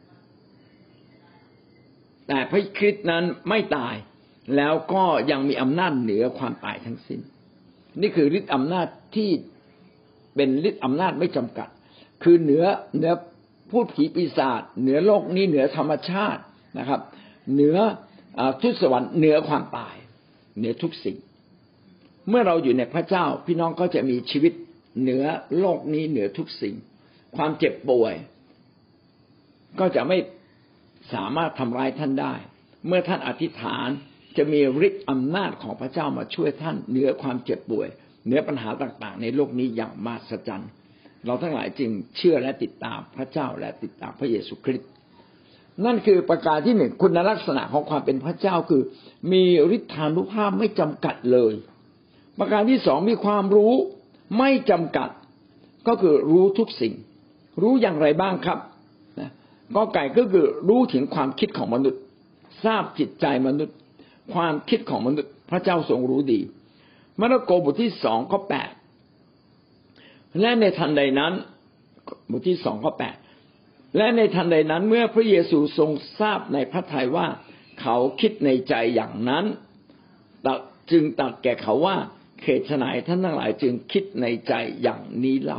แต่พระคริสต์นั้นไม่ตายแล้วก็ยังมีอำนาจเหนือความตายทั้งสิ้นนี่คือฤทธิ์อำนาจที่เป็นฤทธิ์อำนาจไม่จำกัดคือเหนือเหนือพูดผีปีศาจเหนือโลกนี้เหนือธรรมชาตินะครับเหนือทูตสวรรค์เหนือความตายเหนือทุกสิ่งเมื่อเราอยู่ในพระเจ้าพี่น้องก็จะมีชีวิตเหนือโลกนี้เหนือทุกสิ่งความเจ็บป่วยก็จะไม่สามารถทำร้ายท่านได้เมื่อท่านอธิษฐานจะมีฤทธิ์อำนาจของพระเจ้ามาช่วยท่านเหนือความเจ็บป่วยเหนือปัญหาต่างๆในโลกนี้อย่างมหัศจรรย์เราทั้งหลายจึงเชื่อและติดตามพระเจ้าและติดตามพระเยซูคริสต์นั่นคือประการที่หนึ่งคุณลักษณะของความเป็นพระเจ้าคือมีฤทธานุภาพไม่จำกัดเลยประการที่สองมีความรู้ไม่จำกัดก็คือรู้ทุกสิ่งรู้อย่างไรบ้างครับนะกอไก่ก็คือรู้ถึงความคิดของมนุษย์ทราบจิตใจมนุษย์ความคิดของมนุษย์พระเจ้าทรงรู้ดีมาระโกบทที่สองข้อแปดและในทันใดนั้นบทที่สองข้อแปดและในทันใดนั้นเมื่อพระเยซูทรงทราบในพระทัยว่าเขาคิดในใจอย่างนั้นจึงตรัสแก่เขาว่าเหตุไฉนท่านทั้งหลายจึงคิดในใจอย่างนี้เล่า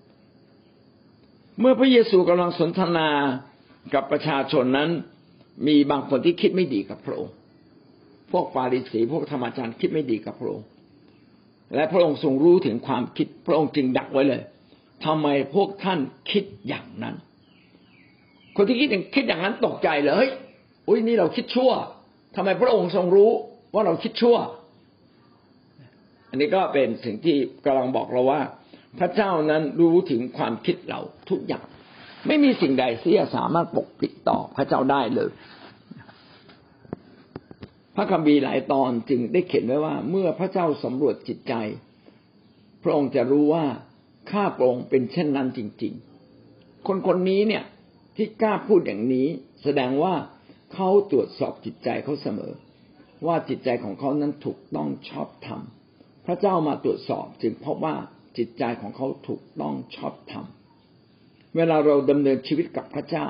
เมื่อพระเยซูกำลังสนทนากับประชาชนนั้นมีบางคนที่คิดไม่ดีกับพระองค์พวกฟาริสีพวกธรรมจารย์คิดไม่ดีกับพระองค์และพระองค์ทรงรู้ถึงความคิดพระองค์จึงดักไว้เลยทำไมพวกท่านคิดอย่างนั้นคนที่คิดอย่างคิดอย่างนั้นตกใจเลยเฮ้ยอุ้ยนี่เราคิดชั่วทำไมพระองค์ทรงรู้ว่าเราคิดชั่วอันนี้ก็เป็นสิ่งที่กำลังบอกเราว่าพระเจ้านั้นรู้ถึงความคิดเราทุกอย่างไม่มีสิ่งใดที่จะสามารถปกปิดต่อพระเจ้าได้เลยพระคัมภีร์หลายตอนจึงได้เขียนไว้ว่าเมื่อพระเจ้าสำรวจจิตใจพระองค์จะรู้ว่าข้าพระองค์เป็นเช่นนั้นจริงๆคนคนนี้เนี่ยที่กล้าพูดอย่างนี้แสดงว่าเขาตรวจสอบจิตใจเขาเสมอว่าจิตใจของเขานั้นถูกต้องชอบธรรมพระเจ้ามาตรวจสอบจึงพบว่าจิตใจของเขาถูกต้องชอบธรรมเวลาเราดำเนินชีวิตกับพระเจ้า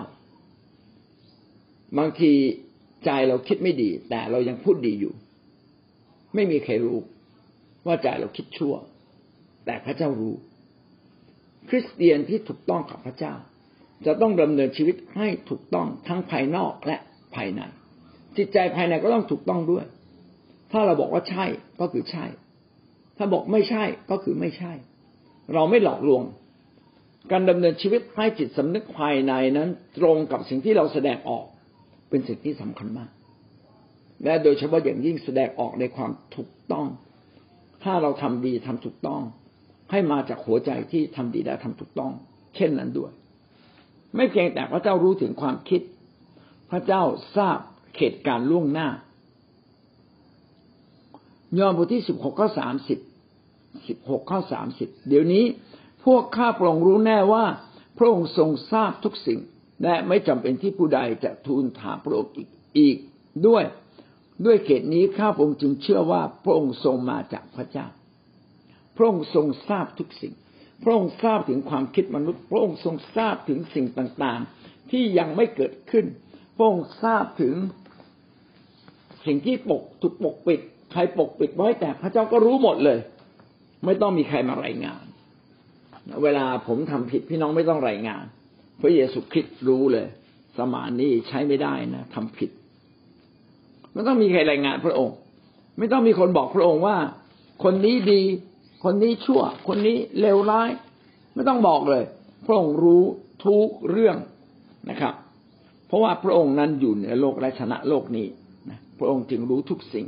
บางทีใจเราคิดไม่ดีแต่เรายังพูดดีอยู่ไม่มีใครรู้ว่าใจเราคิดชั่วแต่พระเจ้ารู้คริสเตียนที่ถูกต้องกับพระเจ้าจะต้องดำเนินชีวิตให้ถูกต้องทั้งภายนอกและภายในจิตใจภายในก็ต้องถูกต้องด้วยถ้าเราบอกว่าใช่ก็คือใช่ถ้าบอกไม่ใช่ก็คือไม่ใช่เราไม่หลอกลวงการดำเนินชีวิตให้จิตสำนึกภายในนั้นตรงกับสิ่งที่เราแสดงออกเป็นสิ่งที่สำคัญมากและโดยเฉพาะอย่างยิ่งแสดงออกในความถูกต้องถ้าเราทำดีทำถูกต้องให้มาจากหัวใจที่ทำดีและทำถูกต้องเช่นนั้นด้วยไม่เพียงแต่พระเจ้ารู้ถึงความคิดพระเจ้าทราบเหตุการณ์ล่วงหน้ายอห์นบทที่สิบหกข้อสามสิบ สิบหกข้อสามสิบเดี๋ยวนี้พวกข้าพระองค์รู้แน่ว่าพระองค์ทรงทราบทุกสิ่งและไม่จำเป็นที่ผู้ใดจะทูลถามพระองค์อีกอีกด้วยด้วยเหตุนี้ข้าพระองค์จึงเชื่อว่าพระองค์ทรงมาจากพระเจ้าพระองค์ทรงทราบทุกสิ่งพระองค์ทราบถึงความคิดมนุษย์พระองค์ทรงทราบถึงสิ่งต่างๆที่ยังไม่เกิดขึ้นพระองค์ทราบถึงสิ่งที่ปกถูกปกปิดใครปกปิดไว้แต่พระเจ้าก็รู้หมดเลยไม่ต้องมีใครมารายงานเวลาผมทำผิดพี่น้องไม่ต้องรายงานพระเยซูคริสต์รู้เลยสมานนี้ใช้ไม่ได้นะทำผิดไม่ต้องมีใครรายงานพระองค์ไม่ต้องมีคนบอกพระองค์ว่าคนนี้ดีคนนี้ชั่วคนนี้เลวร้ายไม่ต้องบอกเลยพระองค์รู้ทุกเรื่องนะครับเพราะว่าพระองค์นั้นอยู่เหนือโลกและชนะโลกนี้นะพระองค์จึงรู้ทุกสิ่ง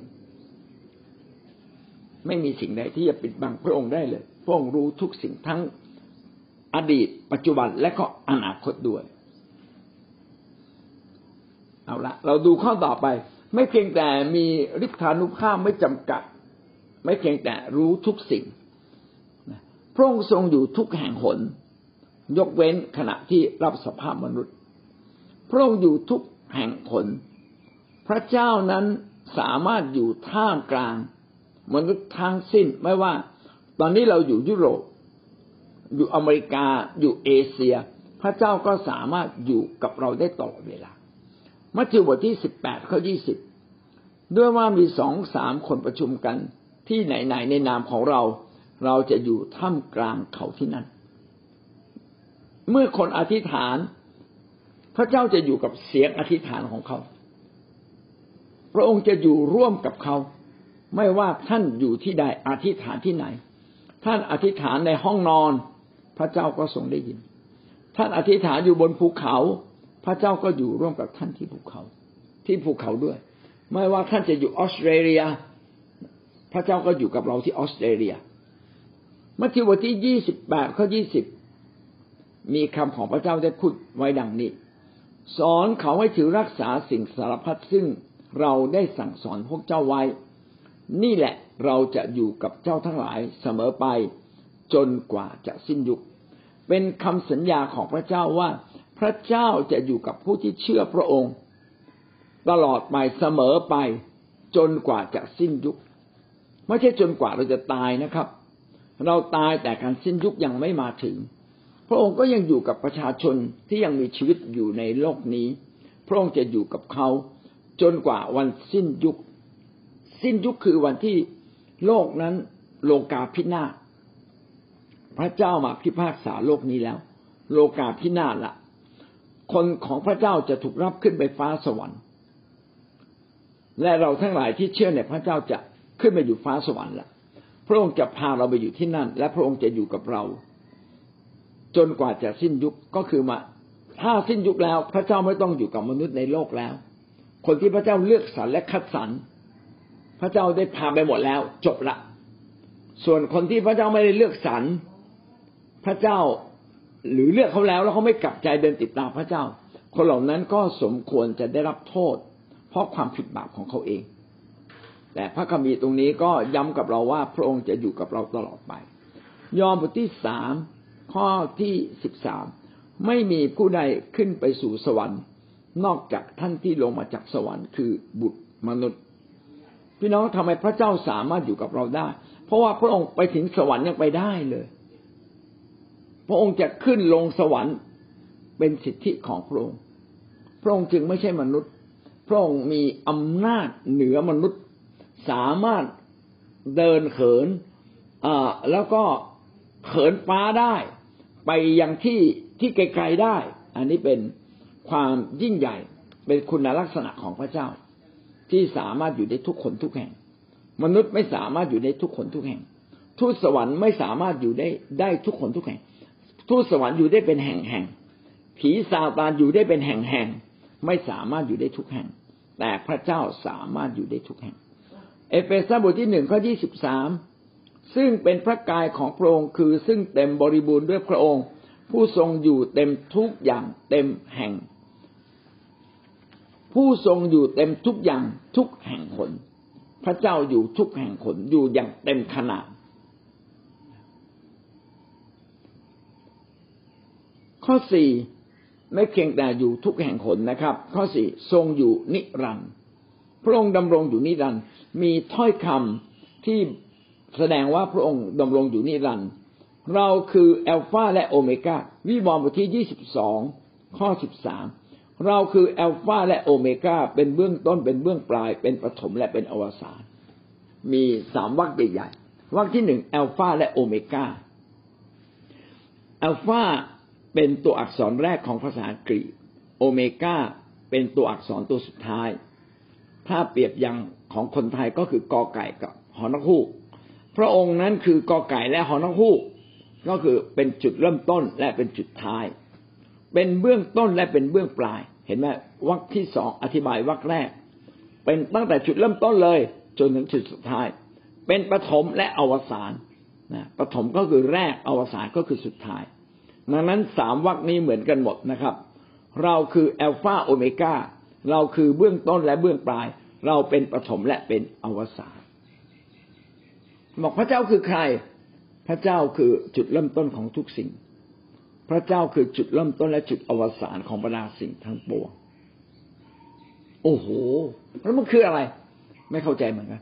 ไม่มีสิ่งใดที่จะปิดบังพระองค์ได้เลยพระองค์รู้ทุกสิ่งทั้งอดีตปัจจุบันและก็อนาคตด้วยเอาละเราดูข้อต่อไปไม่เพียงแต่มีฤทธานุภาพไม่จำกัดไม่เพียงแต่รู้ทุกสิ่งพระองค์ทรงอยู่ทุกแห่งหนยกเว้นขณะที่รับสภาพมนุษย์พระองค์อยู่ทุกแห่งหนพระเจ้านั้นสามารถอยู่ท่ามกลางมนุษย์ทั้งสิ้นไม่ว่าตอนนี้เราอยู่ยุโรปอยู่อเมริกาอยู่เอเชียพระเจ้าก็สามารถอยู่กับเราได้ตลอดเวลามัทธิวบทที่สิบแปดข้อยี่สิบด้วยว่ามีสองสามคนประชุมกันที่ไหนๆในนามของเราเราจะอยู่ท่ามกลางเขาที่นั่นเมื่อคนอธิษฐานพระเจ้าจะอยู่กับเสียงอธิษฐานของเขาพระองค์จะอยู่ร่วมกับเขาไม่ว่าท่านอยู่ที่ใดอธิษฐานที่ไหนท่านอธิษฐานในห้องนอนพระเจ้าก็ทรงได้ยินท่านอธิษฐานอยู่บนภูเขาพระเจ้าก็อยู่ร่วมกับท่านที่ภูเขาที่ภูเขาด้วยไม่ว่าท่านจะอยู่ออสเตรเลียพระเจ้าก็อยู่กับเราที่ออสเตรเลียมัทธิวบทที่ยี่สิบแปดข้อยี่สิบมีคำของพระเจ้าได้พูดไว้ดังนี้สอนเขาให้ถือรักษาสิ่งสารพัดซึ่งเราได้สั่งสอนพวกเจ้าไว้นี่แหละเราจะอยู่กับเจ้าทั้งหลายเสมอไปจนกว่าจะสิ้นยุคเป็นคำสัญญาของพระเจ้าว่าพระเจ้าจะอยู่กับผู้ที่เชื่อพระองค์ตลอดไปเสมอไปจนกว่าจะสิ้นยุคไม่ใช่จนกว่าเราจะตายนะครับเราตายแต่การสิ้นยุคยังไม่มาถึงพระองค์ก็ยังอยู่กับประชาชนที่ยังมีชีวิตอยู่ในโลกนี้พระองค์จะอยู่กับเขาจนกว่าวันสิ้นยุคสิ้นยุคคือวันที่โลกนั้นโลกาภินาศพระเจ้ามาพิพากษาโลกนี้แล้วโลกาภินาศละคนของพระเจ้าจะถูกรับขึ้นไปฟ้าสวรรค์และเราทั้งหลายที่เชื่อในพระเจ้าจะขึ้นไปอยู่ฟ้าสวรรค์ละพระองค์จะพาเราไปอยู่ที่นั่นและพระองค์จะอยู่กับเราจนกว่าจะสิ้นยุคก็คือมาถ้าสิ้นยุคแล้วพระเจ้าไม่ต้องอยู่กับมนุษย์ในโลกแล้วคนที่พระเจ้าเลือกสรรและคัดสรรพระเจ้าได้พาไปหมดแล้วจบละส่วนคนที่พระเจ้าไม่ได้เลือกสรรพระเจ้าหรือเลือกเขาแล้วแล้วเขาไม่กลับใจเดินติดตามพระเจ้าคนเหล่านั้นก็สมควรจะได้รับโทษเพราะความผิดบาปของเขาเองแต่พระคัมภีร์ตรงนี้ก็ย้ำกับเราว่าพระองค์จะอยู่กับเราตลอดไปยอห์นบทที่สามข้อที่สิบสามไม่มีผู้ใดขึ้นไปสู่สวรรค์นอกจากท่านที่ลงมาจากสวรรค์คือบุตรมนุษย์พี่น้องทำไมพระเจ้าสามารถอยู่กับเราได้เพราะว่าพระองค์ไปถึงสวรรค์ยังไปได้เลยพระองค์จะขึ้นลงสวรรค์เป็นสิทธิของพระองค์พระองค์จึงไม่ใช่มนุษย์พระองค์มีอำนาจเหนือมนุษย์สามารถเดินเหินอ่าแล้วก็เหินฟ้าได้ไปยังที่ที่ไกลๆได้อันนี้เป็นความยิ่งใหญ่เป็นคุณลักษณะของพระเจ้าที่สามารถอยู่ได้ทุกคนทุกแห่งมนุษย์ไม่สามารถอยู่ได้ทุกคนทุกแห่งทูตสวรรค์ไม่สามารถอยู่ได้ได้ทุกคนทุกแห่งทูตสวรรค์อยู่ได้เป็นแห่งๆผีซาตานอยู่ได้เป็นแห่งๆไม่สามารถอยู่ได้ทุกแห่งแต่พระเจ้าสามารถอยู่ได้ทุกแห่งเอเฟซัสบทที่หนึ่งข้อยี่สิบสามซึ่งเป็นพระกายของพระองค์คือซึ่งเต็มบริบูรณ์ด้วยพระองค์ผู้ทรงอยู่เต็มทุกอย่างเต็มแห่งผู้ทรงอยู่เต็มทุกอย่างทุกแห่งหนพระเจ้าอยู่ทุกแห่งหนอยู่อย่างเต็มขนาดข้อสี่ไม่เพียงแต่อยู่ทุกแห่งหนนะครับข้อสี่ทรงอยู่นิรันดร์พระองค์ดำรงอยู่นิรันดร์มีถ้อยคำที่แสดงว่าพระองค์ดำรงอยู่นิรันดร์เราคืออัลฟาและโอเมก้าวิวรณ์บทที่ยี่สิบสองข้อสิบสามเราคืออัลฟาและโอเมก้าเป็นเบื้องต้นเป็นเบื้องปลายเป็นปฐมและเป็นอวสานมีสามวรรคใหญ่ๆวรรคที่หนึ่งอัลฟาและโอเมก้าอัลฟาเป็นตัวอักษรแรกของภาษาอังกฤษโอเมก้าเป็นตัวอักษรตัวสุดท้ายถ้าเปรียบอย่างของคนไทยก็คือกอไก่กับหอนกฮูกพระองค์นั้นคือกอไก่และหอนกฮูกก็คือเป็นจุดเริ่มต้นและเป็นจุดท้ายเป็นเบื้องต้นและเป็นเบื้องปลายเห็นไหมวรรคที่สองอธิบายวรรคแรกเป็นตั้งแต่จุดเริ่มต้นเลยจนถึงจุดสุดท้ายเป็นปฐมและอวสานนะปฐมก็คือแรกอวสานก็คือสุดท้ายดังนั้นสามวรรคนี้เหมือนกันหมดนะครับเราคืออัลฟาโอเมก้าเราคือเบื้องต้นและเบื้องปลายเราเป็นปฐมและเป็นอวสานบอกพระเจ้าคือใครพระเจ้าคือจุดเริ่มต้นของทุกสิ่งพระเจ้าคือจุดเริ่มต้นและจุดอวสานของบรรดาสิ่งทั้งปวงโอ้โหแล้วมันคืออะไรไม่เข้าใจเหมือนกัน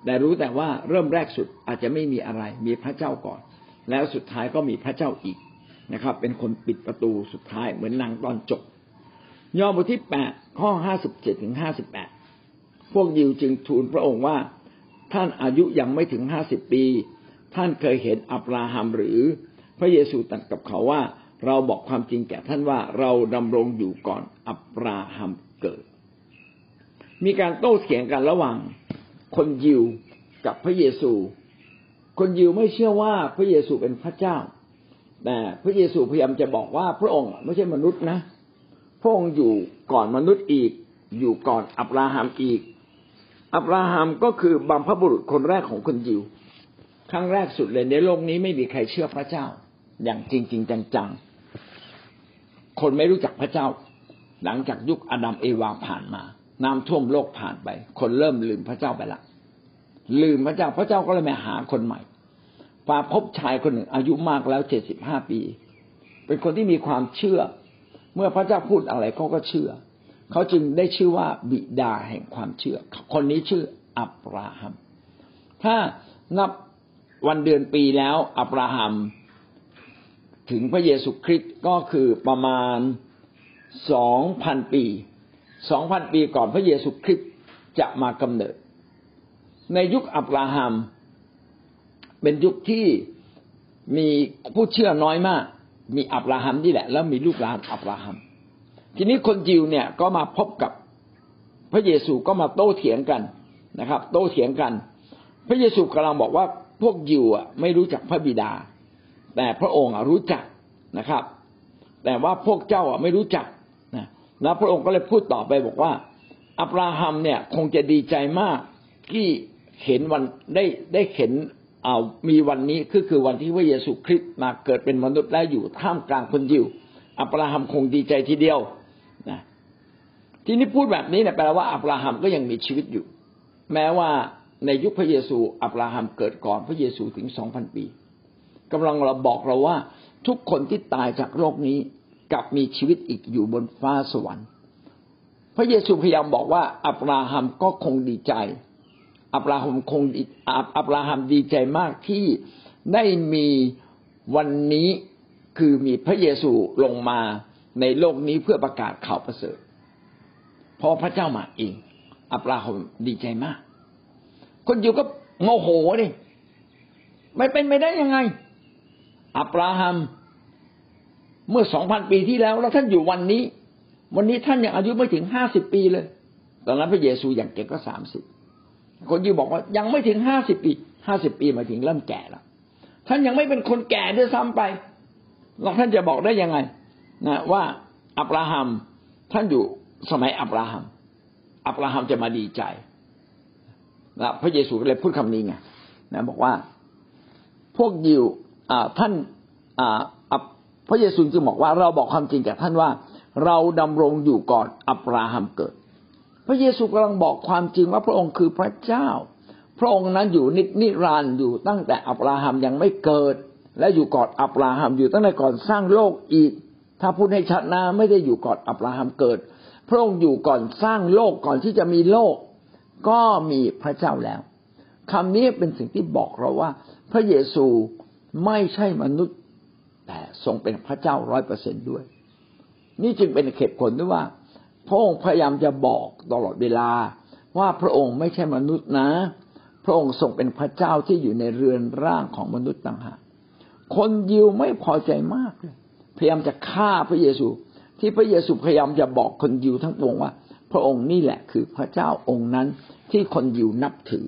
แต่รู้แต่ว่าเริ่มแรกสุดอาจจะไม่มีอะไรมีพระเจ้าก่อนแล้วสุดท้ายก็มีพระเจ้าอีกนะครับเป็นคนปิดประตูสุดท้ายเหมือนหนังตอนจบยอห์นบทที่แปดข้อห้าสิบเจ็ดถึงห้าสิบแปดพวกยิวจึงทูลพระองค์ว่าท่านอายุยังไม่ถึงห้าสิบปีท่านเคยเห็นอับราฮัมหรือพระเยซูตรัสกับเขาว่าเราบอกความจริงแก่ท่านว่าเราดำรงอยู่ก่อนอับราฮัมเกิดมีการโต้เถียงกันระหว่างคนยิวกับพระเยซูคนยิวไม่เชื่อว่าพระเยซูเป็นพระเจ้าแต่พระเยซูพยายามจะบอกว่าพระองค์ไม่ใช่มนุษย์นะพระองค์อยู่ก่อนมนุษย์อีกอยู่ก่อนอับราฮัมอีกอับราฮัมก็คือบัมพบุรุษคนแรกของคนยิวครั้งแรกสุดเลยในโลกนี้ไม่มีใครเชื่อพระเจ้าอย่างจริงๆจังๆคนไม่รู้จักพระเจ้าหลังจากยุคอาดัมเอวาผ่านมาน้ำท่วมโลกผ่านไปคนเริ่มลืมพระเจ้าไปละลืมพระเจ้าพระเจ้าก็เลยมาหาคนใหม่มาพบชายคนหนึ่งอายุมากแล้วเจ็ดสิบห้าปีเป็นคนที่มีความเชื่อเมื่อพระเจ้าพูดอะไรเขาก็เชื่อเขาจึงได้ชื่อว่าบิดาแห่งความเชื่อคนนี้ชื่ออับราฮัมถ้านับวันเดือนปีแล้วอับราฮัมถึงพระเยซูคริสต์ก็คือประมาณ สองพัน ปีสองพัน ปีก่อนพระเยซูคริสต์จะมากำเนิดในยุคอับราฮัมเป็นยุคที่มีผู้เชื่อน้อยมากมีอับราฮัมนี่แหละแล้วมีลูกหลานอับราฮัมทีนี้คนยิวเนี่ยก็มาพบกับพระเยซูก็มาโต้เถียงกันนะครับโต้เถียงกันพระเยซูกำลังบอกว่าพวกยิวอ่ะไม่รู้จักพระบิดาแต่พระองค์รู้จักนะครับแต่ว่าพวกเจ้าอ่ะไม่รู้จักนะแล้วพระองค์ก็เลยพูดต่อไปบอกว่าอับราฮัมเนี่ยคงจะดีใจมากที่เห็นวันได้ได้เห็นเอามีวันนี้คือคือวันที่พระเยซูคริสต์มาเกิดเป็นมนุษย์และอยู่ท่ามกลางคนยิวอับราฮัมคงดีใจทีเดียวนะทีนี้พูดแบบนี้เนี่ยแปลว่าอับราฮัมก็ยังมีชีวิตอยู่แม้ว่าในยุคพระเยซูอับราฮัมเกิดก่อนพระเยซูถึง สองพัน ปีกำลังเราบอกเราว่าทุกคนที่ตายจากโลกนี้กลับมีชีวิตอีกอยู่บนฟ้าสวรรค์พระเยซูพยายามบอกว่าอับราฮัมก็คงดีใจอับราฮัมคงอับราฮัมดีใจมากที่ได้มีวันนี้คือมีพระเยซูลงมาในโลกนี้เพื่อประกาศข่าวประเสริฐเพราะพระเจ้ามาเองอับราฮัมดีใจมากคนยิวก็โมโหดิไม่เป็นไปได้ยังไงอับราฮัมเมื่อ สองพัน ปีที่แล้วแล้วท่านอยู่วันนี้วันนี้ท่านยังอายุไม่ถึงห้าสิบปีเลยตอนนั้นพระเยซูอย่างเก่งก็สามสิบคนยิวบอกว่ายังไม่ถึงห้าสิบปีห้าสิบปีหมายถึงเริ่มแก่แล้วท่านยังไม่เป็นคนแก่ด้วยซ้ำไปแล้วท่านจะบอกได้ยังไงนะว่าอับราฮัมท่านอยู่สมัยอับราฮัมอับราฮัมจะมาดีใจนะพระเยซูก็เลยพูดคำนี้ไงนะบอกว่าพวกยิวอ่าท่านอ่าพระเยซูจึงบอกว่าเราบอกความจริงแก่ท่านว่าเราดำรงอยู่ก่อนอับราฮัมเกิดพระเยซูกำลังบอกความจริงว่าพระองค์คือพระเจ้าพระองค์นั้นอยู่นิจนิรันดร์อยู่ตั้งแต่อับราฮัมยังไม่เกิดและอยู่ก่อนอับราฮัมอยู่ตั้งแต่ก่อนสร้างโลกอีกถ้าพูดให้ชัดนะไม่ได้อยู่ก่อนอับราฮัมเกิดพระองค์อยู่ก่อนสร้างโลกก่อนที่จะมีโลกก็มีพระเจ้าแล้วคำนี้เป็นสิ่งที่บอกเราว่าพระเยซูไม่ใช่มนุษย์แต่ทรงเป็นพระเจ้า ร้อยเปอร์เซ็นต์ ด้วยนี่จึงเป็นเหตุผลด้วยว่าพระองค์พยายามจะบอกตลอดเวลาว่าพระองค์ไม่ใช่มนุษย์นะพระองค์ทรงเป็นพระเจ้าที่อยู่ในเรือนร่างของมนุษย์ต่างหากคนยิวไม่พอใจมากเลยพยายามจะฆ่าพระเยซูที่พระเยซูพยายามจะบอกคนยิวทั้งปวงว่าพระองค์นี่แหละคือพระเจ้าองค์นั้นที่คนยิวนับถือ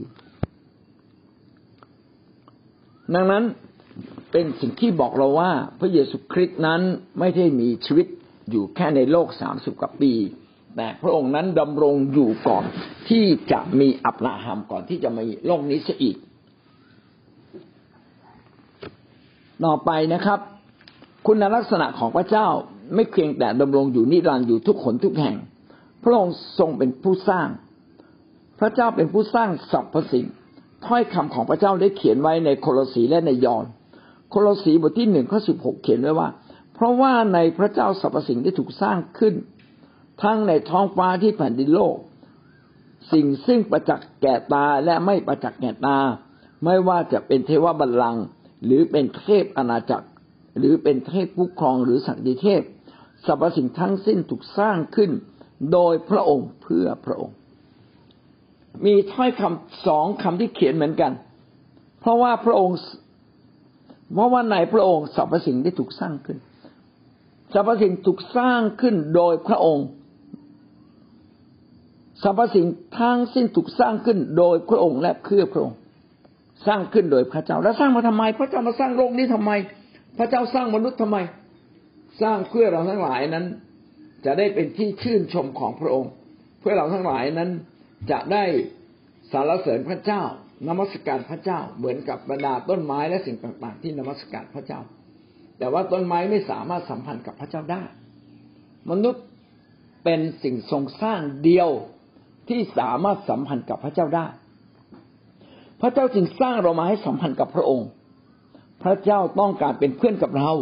ดังนั้นเป็นสิ่งที่บอกเราว่าพระเยซูคริสต์นั้นไม่ได้มีชีวิตอยู่แค่ในโลกสามสิบกว่าปีแต่พระองค์นั้นดำรงอยู่ก่อนที่จะมีอับราฮัมก่อนที่จะมีโลกนี้เสียอีกต่อไปนะครับคุณลักษณะของพระเจ้าไม่เพียงแต่ดำรงอยู่นิรันดร์อยู่ทุกคนทุกแห่งพระองค์ทรงเป็นผู้สร้างพระเจ้าเป็นผู้สร้างสรรพสิ่งถ้อยคำของพระเจ้าได้เขียนไว้ในโคโลสีและในยอห์นโคโลสีบทที่หนึ่งข้อสิบหกเขียนไว้ว่าเพราะว่าในพระเจ้าสรรพสิ่งได้ถูกสร้างขึ้นทั้งในท้องฟ้าที่แผ่นดินโลกสิ่งซึ่งประจักษ์แก่ตาและไม่ประจักษ์แก่ตาไม่ว่าจะเป็นเทวบัลลังก์หรือเป็นเทพอาณาจักรหรือเป็นเทพผู้ครองหรือสันติเทพสรรพสิ่งทั้งสิ้นถูกสร้างขึ้นโดยพระองค์เพื่อพระองค์มีถ้อยคำสองคำที่เขียนเหมือนกันเพราะว่าพระองค์เพราะว่าในพระองค์สรรพสิ่งได้ถูกสร้างขึ้นสรรพสิ่งถูกสร้างขึ้นโดยพระองค์สรรพสิ่งทั้งสิ้นถูกสร้างขึ้นโดยพระองค์และเพื่อพระองค์สร้างขึ้นโดยพระเจ้าแล้วสร้างมาทำไมพระเจ้ามาสร้างโลกนี้ทำไมพระเจ้าสร้างมนุษย์ทำไมสร้างเพื่อเราทั้งหลายนั้นจะได้เป็นที่ชื่นชมของพระองค์เพื่อเราทั้งหลายนั้นจะได้สรรเสริญพระเจ้านมัสการพระเจ้าเหมือนกับบรรดาต้นไม้และสิ่งต่างๆที่นมัสการพระเจ้าแต่ว่าต้นไม้ไม่สามารถสัมพันธ์กับพระเจ้าได้มนุษย์เป็นสิ่งทรงสร้างเดียวที่สามารถสัมพันธ์กับพระเจ้าได้พระเจ้าจึงสร้างเรามาให้สัมพันธ์กับพระองค์พระเจ้าต้องการเป็นเพื่อนกับเรา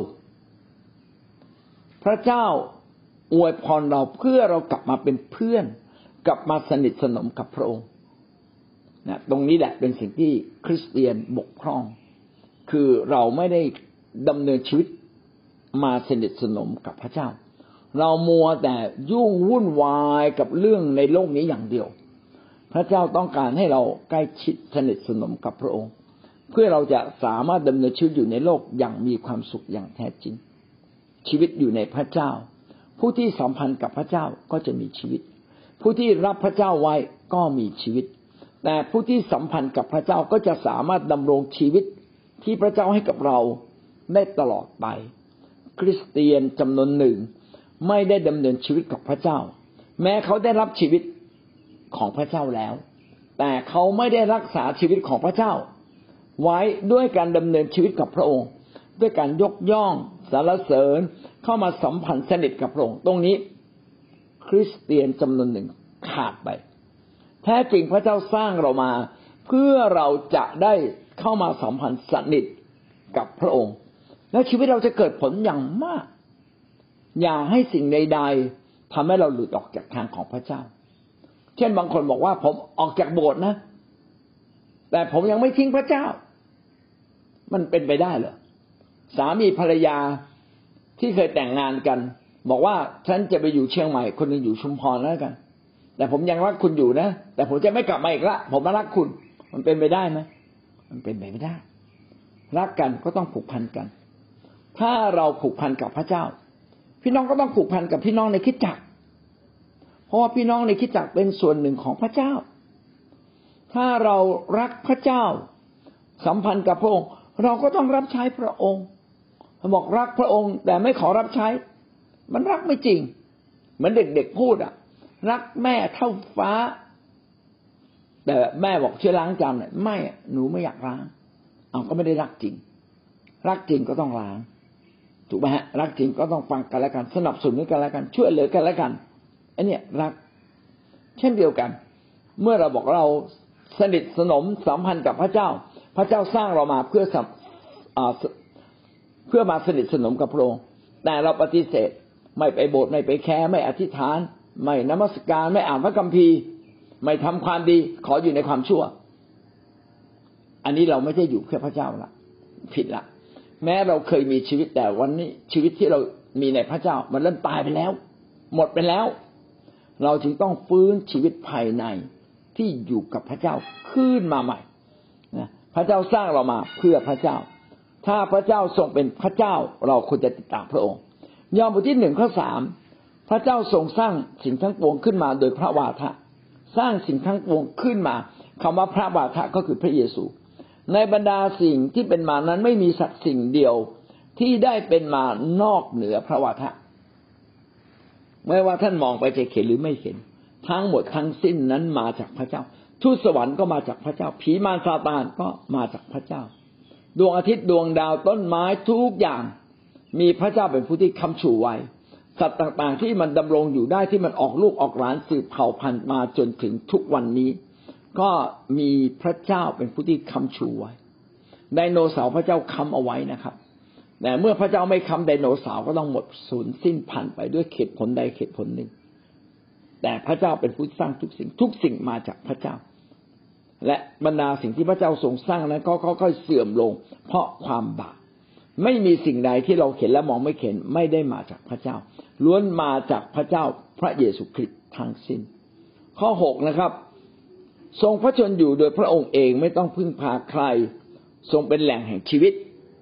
พระเจ้าอวยพรเราเพื่อเรากลับมาเป็นเพื่อนกลับมาสนิทสนมกับพระองค์นะตรงนี้แหละเป็นสิ่งที่คริสเตียนบกพร่องคือเราไม่ได้ดำเนินชีวิตมาสนิทสนมกับพระเจ้าเรามัวแต่ยุ่งวุ่นวายกับเรื่องในโลกนี้อย่างเดียวพระเจ้าต้องการให้เราใกล้ชิดสนิทสนมกับพระองค์เพื่อเราจะสามารถดำเนินชีวิตอยู่ในโลกอย่างมีความสุขอย่างแท้จริงชีวิตอยู่ในพระเจ้าผู้ที่สัมพันธ์กับพระเจ้าก็จะมีชีวิตผู้ที่รับพระเจ้าไว้ก็มีชีวิตแต่ผู้ที่สัมพันธ์กับพระเจ้าก็จะสามารถดำรงชีวิตที่พระเจ้าให้กับเราได้ตลอดไปคริสเตียนจำนวนหนึ่งไม่ได้ดำเนินชีวิตกับพระเจ้าแม้เขาได้รับชีวิตของพระเจ้าแล้วแต่เขาไม่ได้รักษาชีวิตของพระเจ้าไว้ด้วยการดำเนินชีวิตกับพระองค์ด้วยการยกย่องสรรเสริญเข้ามาสัมพันธ์สนิทกับพระองค์ตรงนี้คริสเตียนจำนวนหนึ่งขาดไปแท้จริงพระเจ้าสร้างเรามาเพื่อเราจะได้เข้ามาสัมพันธ์สนิทกับพระองค์และชีวิตเราจะเกิดผลอย่างมากอย่าให้สิ่งใดๆทำให้เราหลุดออกจากทางของพระเจ้าเช่นบางคนบอกว่าผมออกจากโบสถ์นะแต่ผมยังไม่ทิ้งพระเจ้ามันเป็นไปได้เหรอสามีภรรยาที่เคยแต่งงานกันบอกว่าฉันจะไปอยู่เชียงใหม่คนนึงอยู่ชุมพรแล้วกันแต่ผมยังรักคุณอยู่นะแต่ผมจะไม่กลับมาอีกละผมมารักคุณมันเป็นไปได้ไหมมันเป็นไปไม่ได้รักกันก็ต้องผูกพันกันถ้าเราผูกพันกับพระเจ้าพี่น้องก็ต้องผูกพันกับพี่น้องในคริสตจักรเพราะว่าพี่น้องในคริสตจักรเป็นส่วนหนึ่งของพระเจ้าถ้าเรารักพระเจ้าสัมพันธ์กับพระองค์เราก็ต้องรับใช้พระองค์บอกรักพระองค์แต่ไม่ขอรับใช้มันรักไม่จริงเหมือนเด็กๆพูดอ่ะรักแม่เท่าฟ้าแต่แม่บอกช่วยล้างจานหน่อยไม่หนูไม่อยากล้างเอาก็ไม่ได้รักจริงรักจริงก็ต้องล้างถูกไหมฮะรักจริงก็ต้องฟังกันและกันสนับสนุนกันและกันช่วยเหลือกันและกันไอ้นี่รักเช่นเดียวกันเมื่อเราบอกเราสนิทสนมสัมพันธ์กับพระเจ้าพระเจ้าสร้างเรามาเพื่อเพื่อมาสนิทสนมกับพระองค์แต่เราปฏิเสธไม่ไปโบสถ์ไม่ไปแคร์ไม่อธิษฐานไม่นมัสการไม่อ่านพระคัมภีร์ไม่ทำความดีขออยู่ในความชั่วอันนี้เราไม่ใช่อยู่เพื่อพระเจ้าละผิดละแม้เราเคยมีชีวิตแต่วันนี้ชีวิตที่เรามีในพระเจ้ามันเริ่มตายไปแล้วหมดไปแล้วเราจึงต้องฟื้นชีวิตภายในที่อยู่กับพระเจ้าขึ้นมาใหม่นะพระเจ้าสร้างเรามาเพื่อพระเจ้าถ้าพระเจ้าทรงเป็นพระเจ้าเราควรจะติดตามพระองค์ยอห์นบทที่หนึ่งข้อสามพระเจ้าทรงสร้างสิ่งทั้งปวงขึ้นมาโดยพระวาทะสร้างสิ่งทั้งปวงขึ้นมาคำว่าพระวาทะก็คือพระเยซูในบรรดาสิ่งที่เป็นมานั้นไม่มีสักสิ่งเดียวที่ได้เป็นมานอกเหนือพระวาทะไม่ว่าท่านมองไปจะเห็นหรือไม่เห็นทั้งหมดทั้งสิ้นนั้นมาจากพระเจ้าทูตสวรรค์ก็มาจากพระเจ้าผีมารซาตานก็มาจากพระเจ้าดวงอาทิตย์ดวงดาวต้นไม้ทุกอย่างมีพระเจ้าเป็นผู้ที่ค้ำชูไว้สัตว์ต่างๆที่มันดำรงอยู่ได้ที่มันออกลูกออกหลานสืบเผ่าพันธุ์มาจนถึงทุกวันนี้ก็มีพระเจ้าเป็นผู้ที่ค้ำชูไว้ไดโนเสาร์พระเจ้าค้ำเอาไว้นะครับแต่เมื่อพระเจ้าไม่ค้ำไดโนเสาร์ก็ต้องหมดสูญสิ้นพันธุ์ไปด้วยเหตุผลใดเหตุผลหนึ่งแต่พระเจ้าเป็นผู้สร้างทุกสิ่งทุกสิ่งมาจากพระเจ้าและบรรดาสิ่งที่พระเจ้าทรงสร้างนั้นก็ค่อยๆเสื่อมลงเพราะความบาปไม่มีสิ่งใดที่เราเห็นและมองไม่เห็นไม่ได้มาจากพระเจ้าล้วนมาจากพระเจ้าพระเยซูคริสต์ทั้งสิ้นข้อหกนะครับทรงพระชนอยู่โดยพระองค์เองไม่ต้องพึ่งพาใครทรงเป็นแหล่งแห่งชีวิต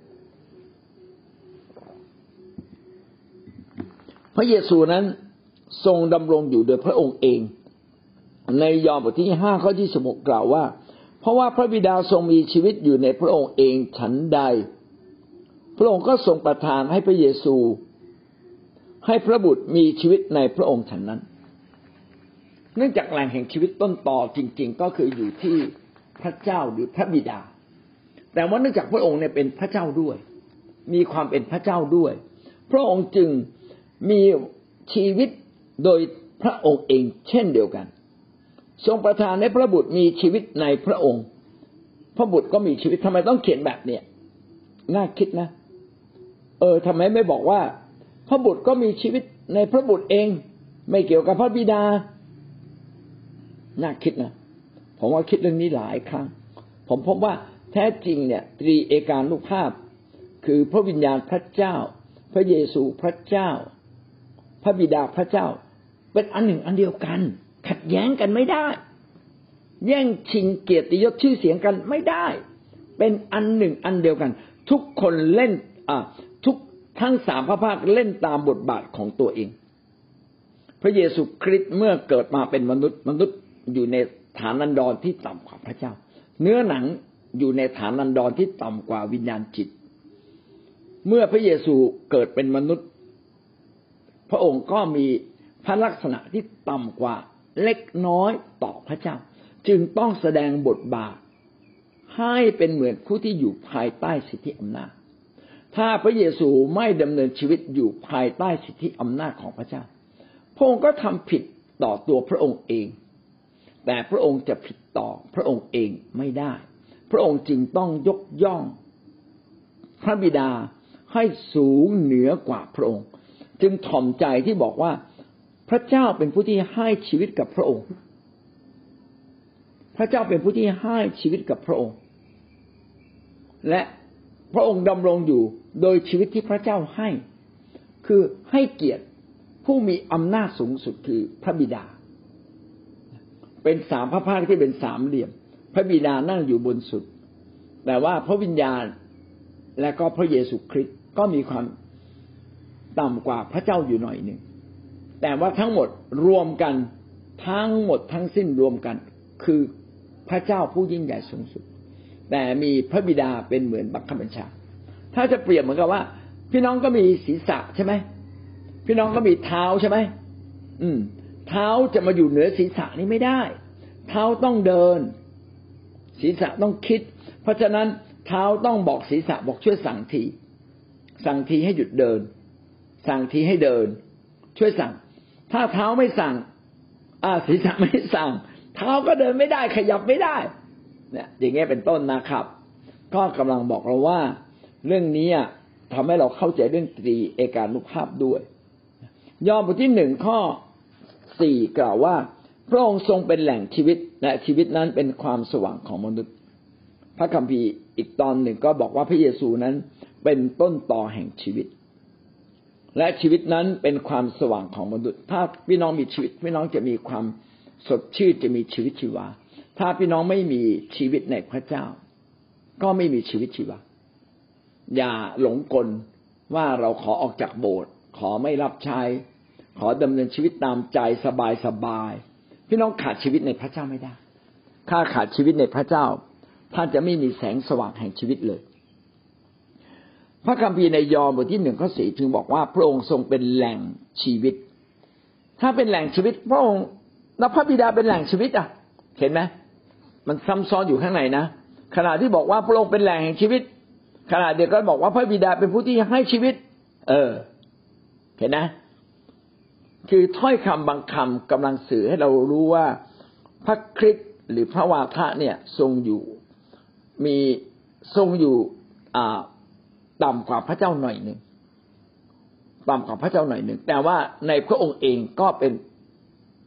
พระเยซูนั้นทรงดำรงอยู่โดยพระองค์เองในยอห์นบทที่ห้าข้อที่สิบหกกล่าวว่าเพราะว่าพระบิดาทรงมีชีวิตอยู่ในพระองค์เองฉันใดพระองค์ก็ทรงประทานให้พระเยซูให้พระบุตรมีชีวิตในพระองค์ฉันนั้นเนื่องจากแหล่งแห่งชีวิตต้นตอจริงๆก็คืออยู่ที่พระเจ้าหรือพระบิดาแต่ว่าเนื่องจากพระองค์เนี่ยเป็นพระเจ้าด้วยมีความเป็นพระเจ้าด้วยพระองค์จึงมีชีวิตโดยพระองค์เองเช่นเดียวกันทรงประทานให้พระบุตรมีชีวิตในพระองค์พระบุตรก็มีชีวิตทำไมต้องเขียนแบบเนี้ยน่าคิดนะเออทำไมไม่บอกว่าพระบุตรก็มีชีวิตในพระบุตรเองไม่เกี่ยวกับพระบิดาน่าคิดนะผมว่าคิดเรื่องนี้หลายครั้งผมพบว่าแท้จริงเนี่ยตรีเอกานุภาพคือพระวิญญาณพระเจ้าพระเยซูพระเจ้าพระบิดาพระเจ้าเป็นอันหนึ่งอันเดียวกันขัดแย้งกันไม่ได้แย่งชิงเกียรติยศชื่อเสียงกันไม่ได้เป็นอันหนึ่งอันเดียวกันทุกคนเล่นอ่าทุกทั้งสามพระภาคเล่นตามบทบาทของตัวเองพระเยซูคริสต์เมื่อเกิดมาเป็นมนุษย์มนุษย์อยู่ในฐานันดรที่ต่ำกว่าพระเจ้าเนื้อหนังอยู่ในฐานันดรที่ต่ำกว่าวิญญาณจิตเมื่อพระเยซูเกิดเป็นมนุษย์พระองค์ก็มีพระลักษณะที่ต่ำกว่าเล็กน้อยต่อพระเจ้าจึงต้องแสดงบทบาทให้เป็นเหมือนผู้ที่อยู่ภายใต้สิทธิอำนาจถ้าพระเยซูไม่ดำเนินชีวิตอยู่ภายใต้สิทธิอำนาจของพระเจ้าพระองค์ก็ทำผิดต่อตัวพระองค์เองแต่พระองค์จะผิดต่อพระองค์เองไม่ได้พระองค์จึงต้องยกย่องพระบิดาให้สูงเหนือกว่าพระองค์จึงถ่อมใจที่บอกว่าพระเจ้าเป็นผู้ที่ให้ชีวิตกับพระองค์พระเจ้าเป็นผู้ที่ให้ชีวิตกับพระองค์และพระองค์ดำรงอยู่โดยชีวิตที่พระเจ้าให้คือให้เกียรติผู้มีอำนาจสูงสุดคือพระบิดาเป็นสามพระภาคที่เป็นสามเหลี่ยมพระบิดานั่งอยู่บนสุดแต่ว่าพระวิญญาณและก็พระเยซูคริสต์ก็มีความต่ำกว่าพระเจ้าอยู่หน่อยหนึ่งแต่ว่าทั้งหมดรวมกันทั้งหมดทั้งสิ้นรวมกันคือพระเจ้าผู้ยิ่งใหญ่สูงสุดแต่มีพระบิดาเป็นเหมือนบังคับบัญชาถ้าจะเปรียบเหมือนกับว่าพี่น้องก็มีศีรษะใช่ไหมพี่น้องก็มีเท้าใช่ไหมอืมเท้าจะมาอยู่เหนือศีรษะนี่ไม่ได้เท้าต้องเดินศีรษะต้องคิดเพราะฉะนั้นเท้าต้องบอกศีรษะบอกช่วยสั่งทีสั่งทีให้หยุดเดินสั่งทีให้เดินช่วยสั่งถ้าเท้าไม่สั่งอ่าศีรษะไม่สั่งเท้าก็เดินไม่ได้ขยับไม่ได้เนี่ยอย่างเงี้ยเป็นต้นนะครับก็กำลังบอกเราว่าเรื่องนี้ทำให้เราเข้าใจเรื่องตรีเอกานุภาพด้วยยอห์นบทที่หนึ่งข้อสี่กล่าวว่าพระองค์ทรงเป็นแหล่งชีวิตและชีวิตนั้นเป็นความสว่างของมนุษย์พระคัมภีร์อีกตอนหนึ่งก็บอกว่าพระเยซูนั้นเป็นต้นตอแห่งชีวิตและชีวิตนั้นเป็นความสว่างของมนุษย์ถ้าพี่น้องมีชีวิตพี่น้องจะมีความสดชื่นจะมีชีวิตชีวาถ้าพี่น้องไม่มีชีวิตในพระเจ้าก็ไม่มีชีวิตชีวาอย่าหลงกลว่าเราขอออกจากโบสถ์ขอไม่รับใช้ขอดำเนินชีวิตตามใจสบายสบายพี่น้องขาดชีวิตในพระเจ้าไม่ได้ถ้าขาดชีวิตในพระเจ้าท่านจะไม่มีแสงสว่างแห่งชีวิตเลยพระคัมภีร์ในยอห์นบทที่หนึ่งข้อสี่จึงบอกว่าพระองค์ทรงเป็นแหล่งชีวิตถ้าเป็นแหล่งชีวิตพระองค์แล้วพระบิดาเป็นแหล่งชีวิตอ่ะเห็นไหมมันซ้ำซ้อนอยู่ข้างในนะขณะที่บอกว่าพระองค์เป็นแหล่งแห่งชีวิตขณะเดียวกันบอกว่าพระบิดาเป็นผู้ที่ให้ชีวิตเออเห็นนะคือถ้อยคำบางคำกำลังสื่อให้เรารู้ว่าพระคริสต์หรือพระวาทะเนี่ยทรงอยู่มีทรงอยู่อ่าต่ำกว่าพระเจ้าหน่อยหนึ่งต่ำกว่าพระเจ้าหน่อยหนึ่งแต่ว่าในพระองค์เองก็เป็น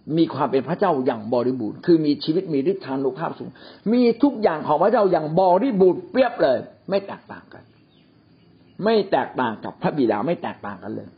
มีความเป็นพระเจ้าอย่างบริบูรณ์คือมีชีวิตมีฤทธานุภาพสูงมีทุกอย่างของพระเจ้าอย่างบริบูรณ์เปรียบเลยไม่แตกต่างกันไม่แตกต่างกับพระบิดาไม่แตกต่างกันเลย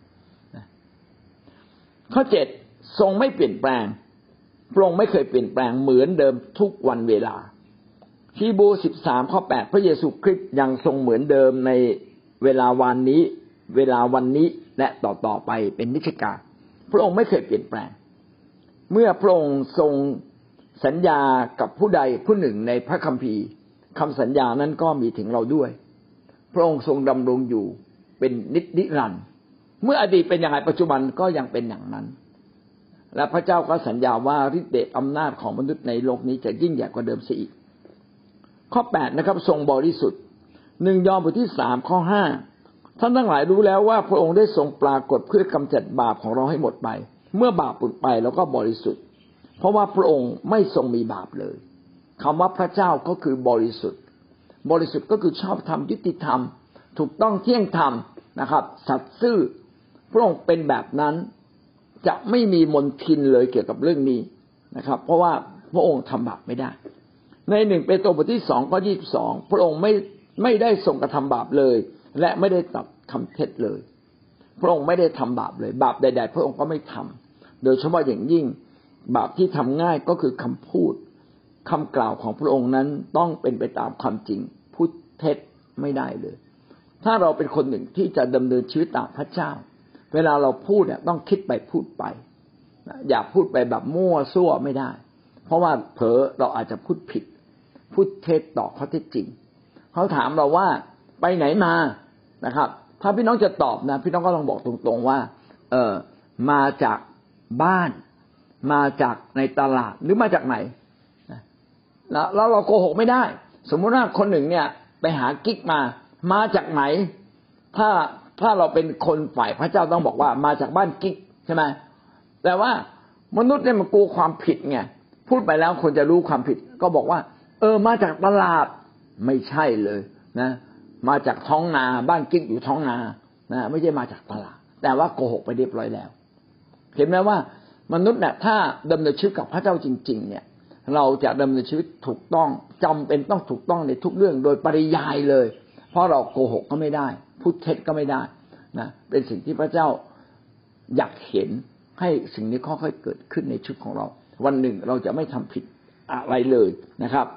ข้อเจ็ดทรงไม่เปลี่ยนแปลงพระองค์ไม่เคยเปลี่ยนแปลงเหมือนเดิมทุกวันเวลาฮีบรูสิบสามข้อแปดพระเยซูคริสต์ยังทรงเหมือนเดิมในเวลาวันนี้เวลาวันนี้และต่อต่อไปเป็นนิจกาลพระองค์ไม่เคยเปลี่ยนแปลงเมื่อพระองค์ทรงสัญญากับผู้ใดผู้หนึ่งในพระคัมภีร์คำสัญญานั้นก็มีถึงเราด้วยพระองค์ทรงดำรงอยู่เป็นนิจนิรันดร์เมื่ออดีตเป็นอย่างไรปัจจุบันก็ยังเป็นอย่างนั้นและพระเจ้าก็สัญญาว่าฤทธิ์เดชอำนาจของมนุษย์ในโลกนี้จะยิ่งใหญ่กว่าเดิมเสียอีกข้อแปดนะครับทรงบริสุทธิ์หนึ่งยอห์นบทที่สามข้อห้าท่านทั้งหลายรู้แล้วว่าพระองค์ได้ทรงปรากฏเพื่อกำจัดบาปของเราให้หมดไปเมื่อบาปหมดไปเราก็บริสุทธิ์เพราะว่าพระองค์ไม่ทรงมีบาปเลยคำว่าพระเจ้าก็คือบริสุทธิ์บริสุทธิ์ก็คือชอบธรรมยุติธรรมถูกต้องเที่ยงธรรมนะครับสัตย์ซื่อพระองค์เป็นแบบนั้นจะไม่มีมลทินเลยเกี่ยวกับเรื่องนี้นะครับเพราะว่าพระองค์ทำบาปไม่ได้ในหนึ่งเปโตรบทที่สองข้อยี่สิบสองพระองค์ไม่ไม่ได้ทรงกระทำบาปเลยและไม่ได้ตรัสคำเท็จเลยพระองค์ไม่ได้ทำบาปเลยบาปใดๆพระองค์ก็ไม่ทำโดยเฉพาะอย่างยิ่งบาปที่ทำง่ายก็คือคำพูดคำกล่าวของพระองค์นั้นต้องเป็นไปตามความจริงพูดเท็จไม่ได้เลยถ้าเราเป็นคนหนึ่งที่จะดำเนินชีวิตตามพระเจ้าเวลาเราพูดเนี่ยต้องคิดไปพูดไปอย่าพูดไปแบบมั่วซั่วไม่ได้เพราะว่าเผลอเราอาจจะพูดผิดพูดเท็จต่อข้อเท็จจริงเขาถามเราว่าไปไหนมานะครับถ้าพี่น้องจะตอบนะพี่น้องก็ต้องบอกตรงๆว่าเออมาจากบ้านมาจากในตลาดหรือมาจากไหนแล้วเราโกหกไม่ได้สมมุติว่าคนหนึ่งเนี่ยไปหากิ๊กมามาจากไหนถ้าถ้าเราเป็นคนฝ่ายพระเจ้าต้องบอกว่ามาจากบ้านกิ๊กใช่ไหมแต่ว่ามนุษย์เนี่ยมันกลัวความผิดไงพูดไปแล้วคนจะรู้ความผิดก็บอกว่าเออมาจากตลาดไม่ใช่เลยนะมาจากท้องนาบ้านกิ๊กอยู่ท้องนานะไม่ใช่มาจากตลาดแต่ว่าโกหกไปเรียบร้อยแล้วเห็นไหมว่ามนุษย์เนี่ยถ้าดำเนินชีวิตกับพระเจ้าจริงๆเนี่ยเราจะดำเนินชีวิตถูกต้องจำเป็นต้องถูกต้องในทุกเรื่องโดยปริยายเลยเพราะเราโกหกก็ไม่ได้พูดเท็จก็ไม่ได้นะเป็นสิ่งที่พระเจ้าอยากเห็นให้สิ่งนี้ค่อยๆเกิดขึ้นในชีวิตของเราวันหนึ่งเราจะไม่ทำผิดอะไรเลยนะครับ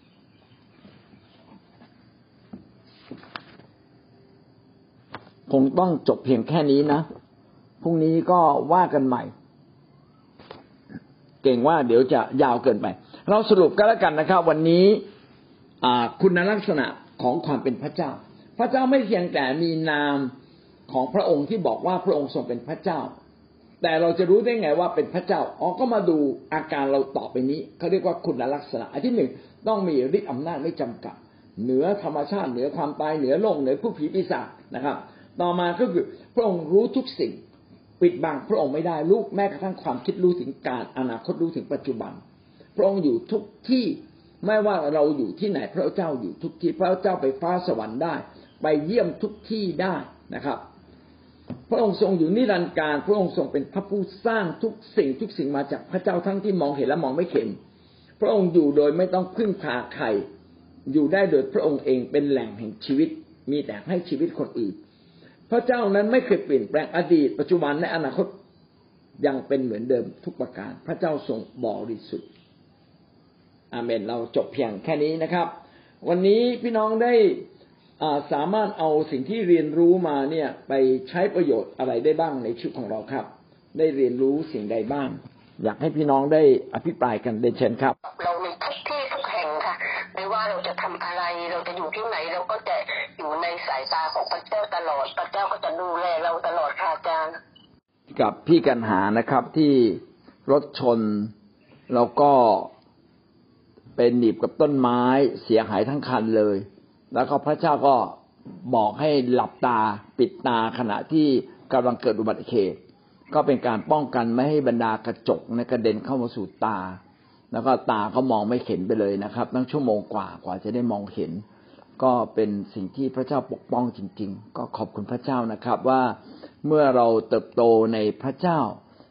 คงต้องจบเพียงแค่นี้นะพรุ่งนี้ก็ว่ากันใหม่เก่งว่าเดี๋ยวจะยาวเกินไปเราสรุปกันแล้วกันนะครับวันนี้คุณลักษณะของความเป็นพระเจ้าพระเจ้าไม่เพียงแต่มีนามของพระองค์ที่บอกว่าพระองค์ทรงเป็นพระเจ้าแต่เราจะรู้ได้ไงว่าเป็นพระเจ้าอ๋อก็มาดูอาการเราต่อไปนี้เขาเรียกว่าคุณลักษณะอันที่หนึ่งต้องมีฤทธิ์อำนาจไม่จำกัดเหนือธรรมชาติเหนือความตายเหนือโลกเหนือผู้ผีปีศาจนะครับต่อมาก็คือพระองค์รู้ทุกสิ่งปิดบังพระองค์ไม่ได้รู้แม้กระทั่งความคิดรู้ถึงการอนาคตรู้ถึงปัจจุบันพระองค์อยู่ทุกที่ไม่ว่าเราอยู่ที่ไหนพระเจ้าอยู่ทุกที่พระเจ้าไปฟ้าสวรรค์ได้ไปเยี่ยมทุกที่ได้นะครับพระองค์ทรงอยู่นิรันดร์การพระองค์ทรงเป็นพระผู้สร้างทุกสิ่งทุกสิ่งมาจากพระเจ้าทั้งที่มองเห็นและมองไม่เห็นพระองค์อยู่โดยไม่ต้องพึ่งพาใครอยู่ได้โดยพระองค์เองเป็นแหล่งแห่งชีวิตมีแต่ให้ชีวิตคนอื่นพระเจ้านั้นไม่เคยเปลี่ยนแปลงอดีตปัจจุบันและอนาคตยังเป็นเหมือนเดิมทุกประการพระเจ้าทรงบริสุทธิ์อาเมนเราจบเพียงแค่นี้นะครับวันนี้พี่น้องได้สามารถเอาสิ่งที่เรียนรู้มาเนี่ยไปใช้ประโยชน์อะไรได้บ้างในชีวิตของเราครับได้เรียนรู้สิ่งใดบ้างอยากให้พี่น้องได้อภิปรายกันเดชเชิญครับเราในทุกที่ทุกแห่งค่ะไม่ว่าเราจะทำอะไรเราจะอยู่ที่ไหนเราก็จะอยู่ในสายตาของพระเจ้าตลอดพระเจ้าก็จะดูแลเราตลอดค่ะอาจารย์กับพี่กันหานะครับที่รถชนแล้วก็เป็นหนีบกับต้นไม้เสียหายทั้งคันเลยแล้วก็พระเจ้าก็บอกให้หลับตาปิดตาขณะที่กำลังเกิดอุบัติเหตุก็เป็นการป้องกันไม่ให้บรรดากระจกในกระเด็นเข้ามาสู่ตาแล้วก็ตาก็มองไม่เห็นไปเลยนะครับตั้งชั่วโมงกว่ากว่าจะได้มองเห็นก็เป็นสิ่งที่พระเจ้าปกป้องจริงๆก็ขอบคุณพระเจ้านะครับว่าเมื่อเราเติบโตในพระเจ้า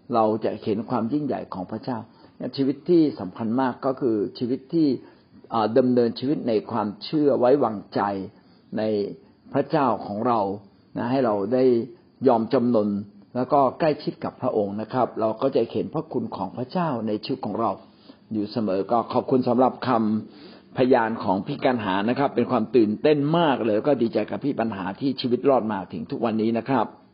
เราจะเห็นความยิ่งใหญ่ของพระเจ้าชีวิตที่สำคัญมากก็คือชีวิตที่ดำเนินชีวิตในความเชื่อไว้วางใจในพระเจ้าของเรานะให้เราได้ยอมจำนนแล้วก็ใกล้ชิดกับพระองค์นะครับเราก็จะเห็นพระคุณของพระเจ้าในชีวิตของเราอยู่เสมอก็ขอบคุณสำหรับคำพยานของพี่กันหานะครับเป็นความตื่นเต้นมากเลยก็ดีใจกับพี่ปัญหาที่ชีวิตรอดมาถึงทุกวันนี้นะครับ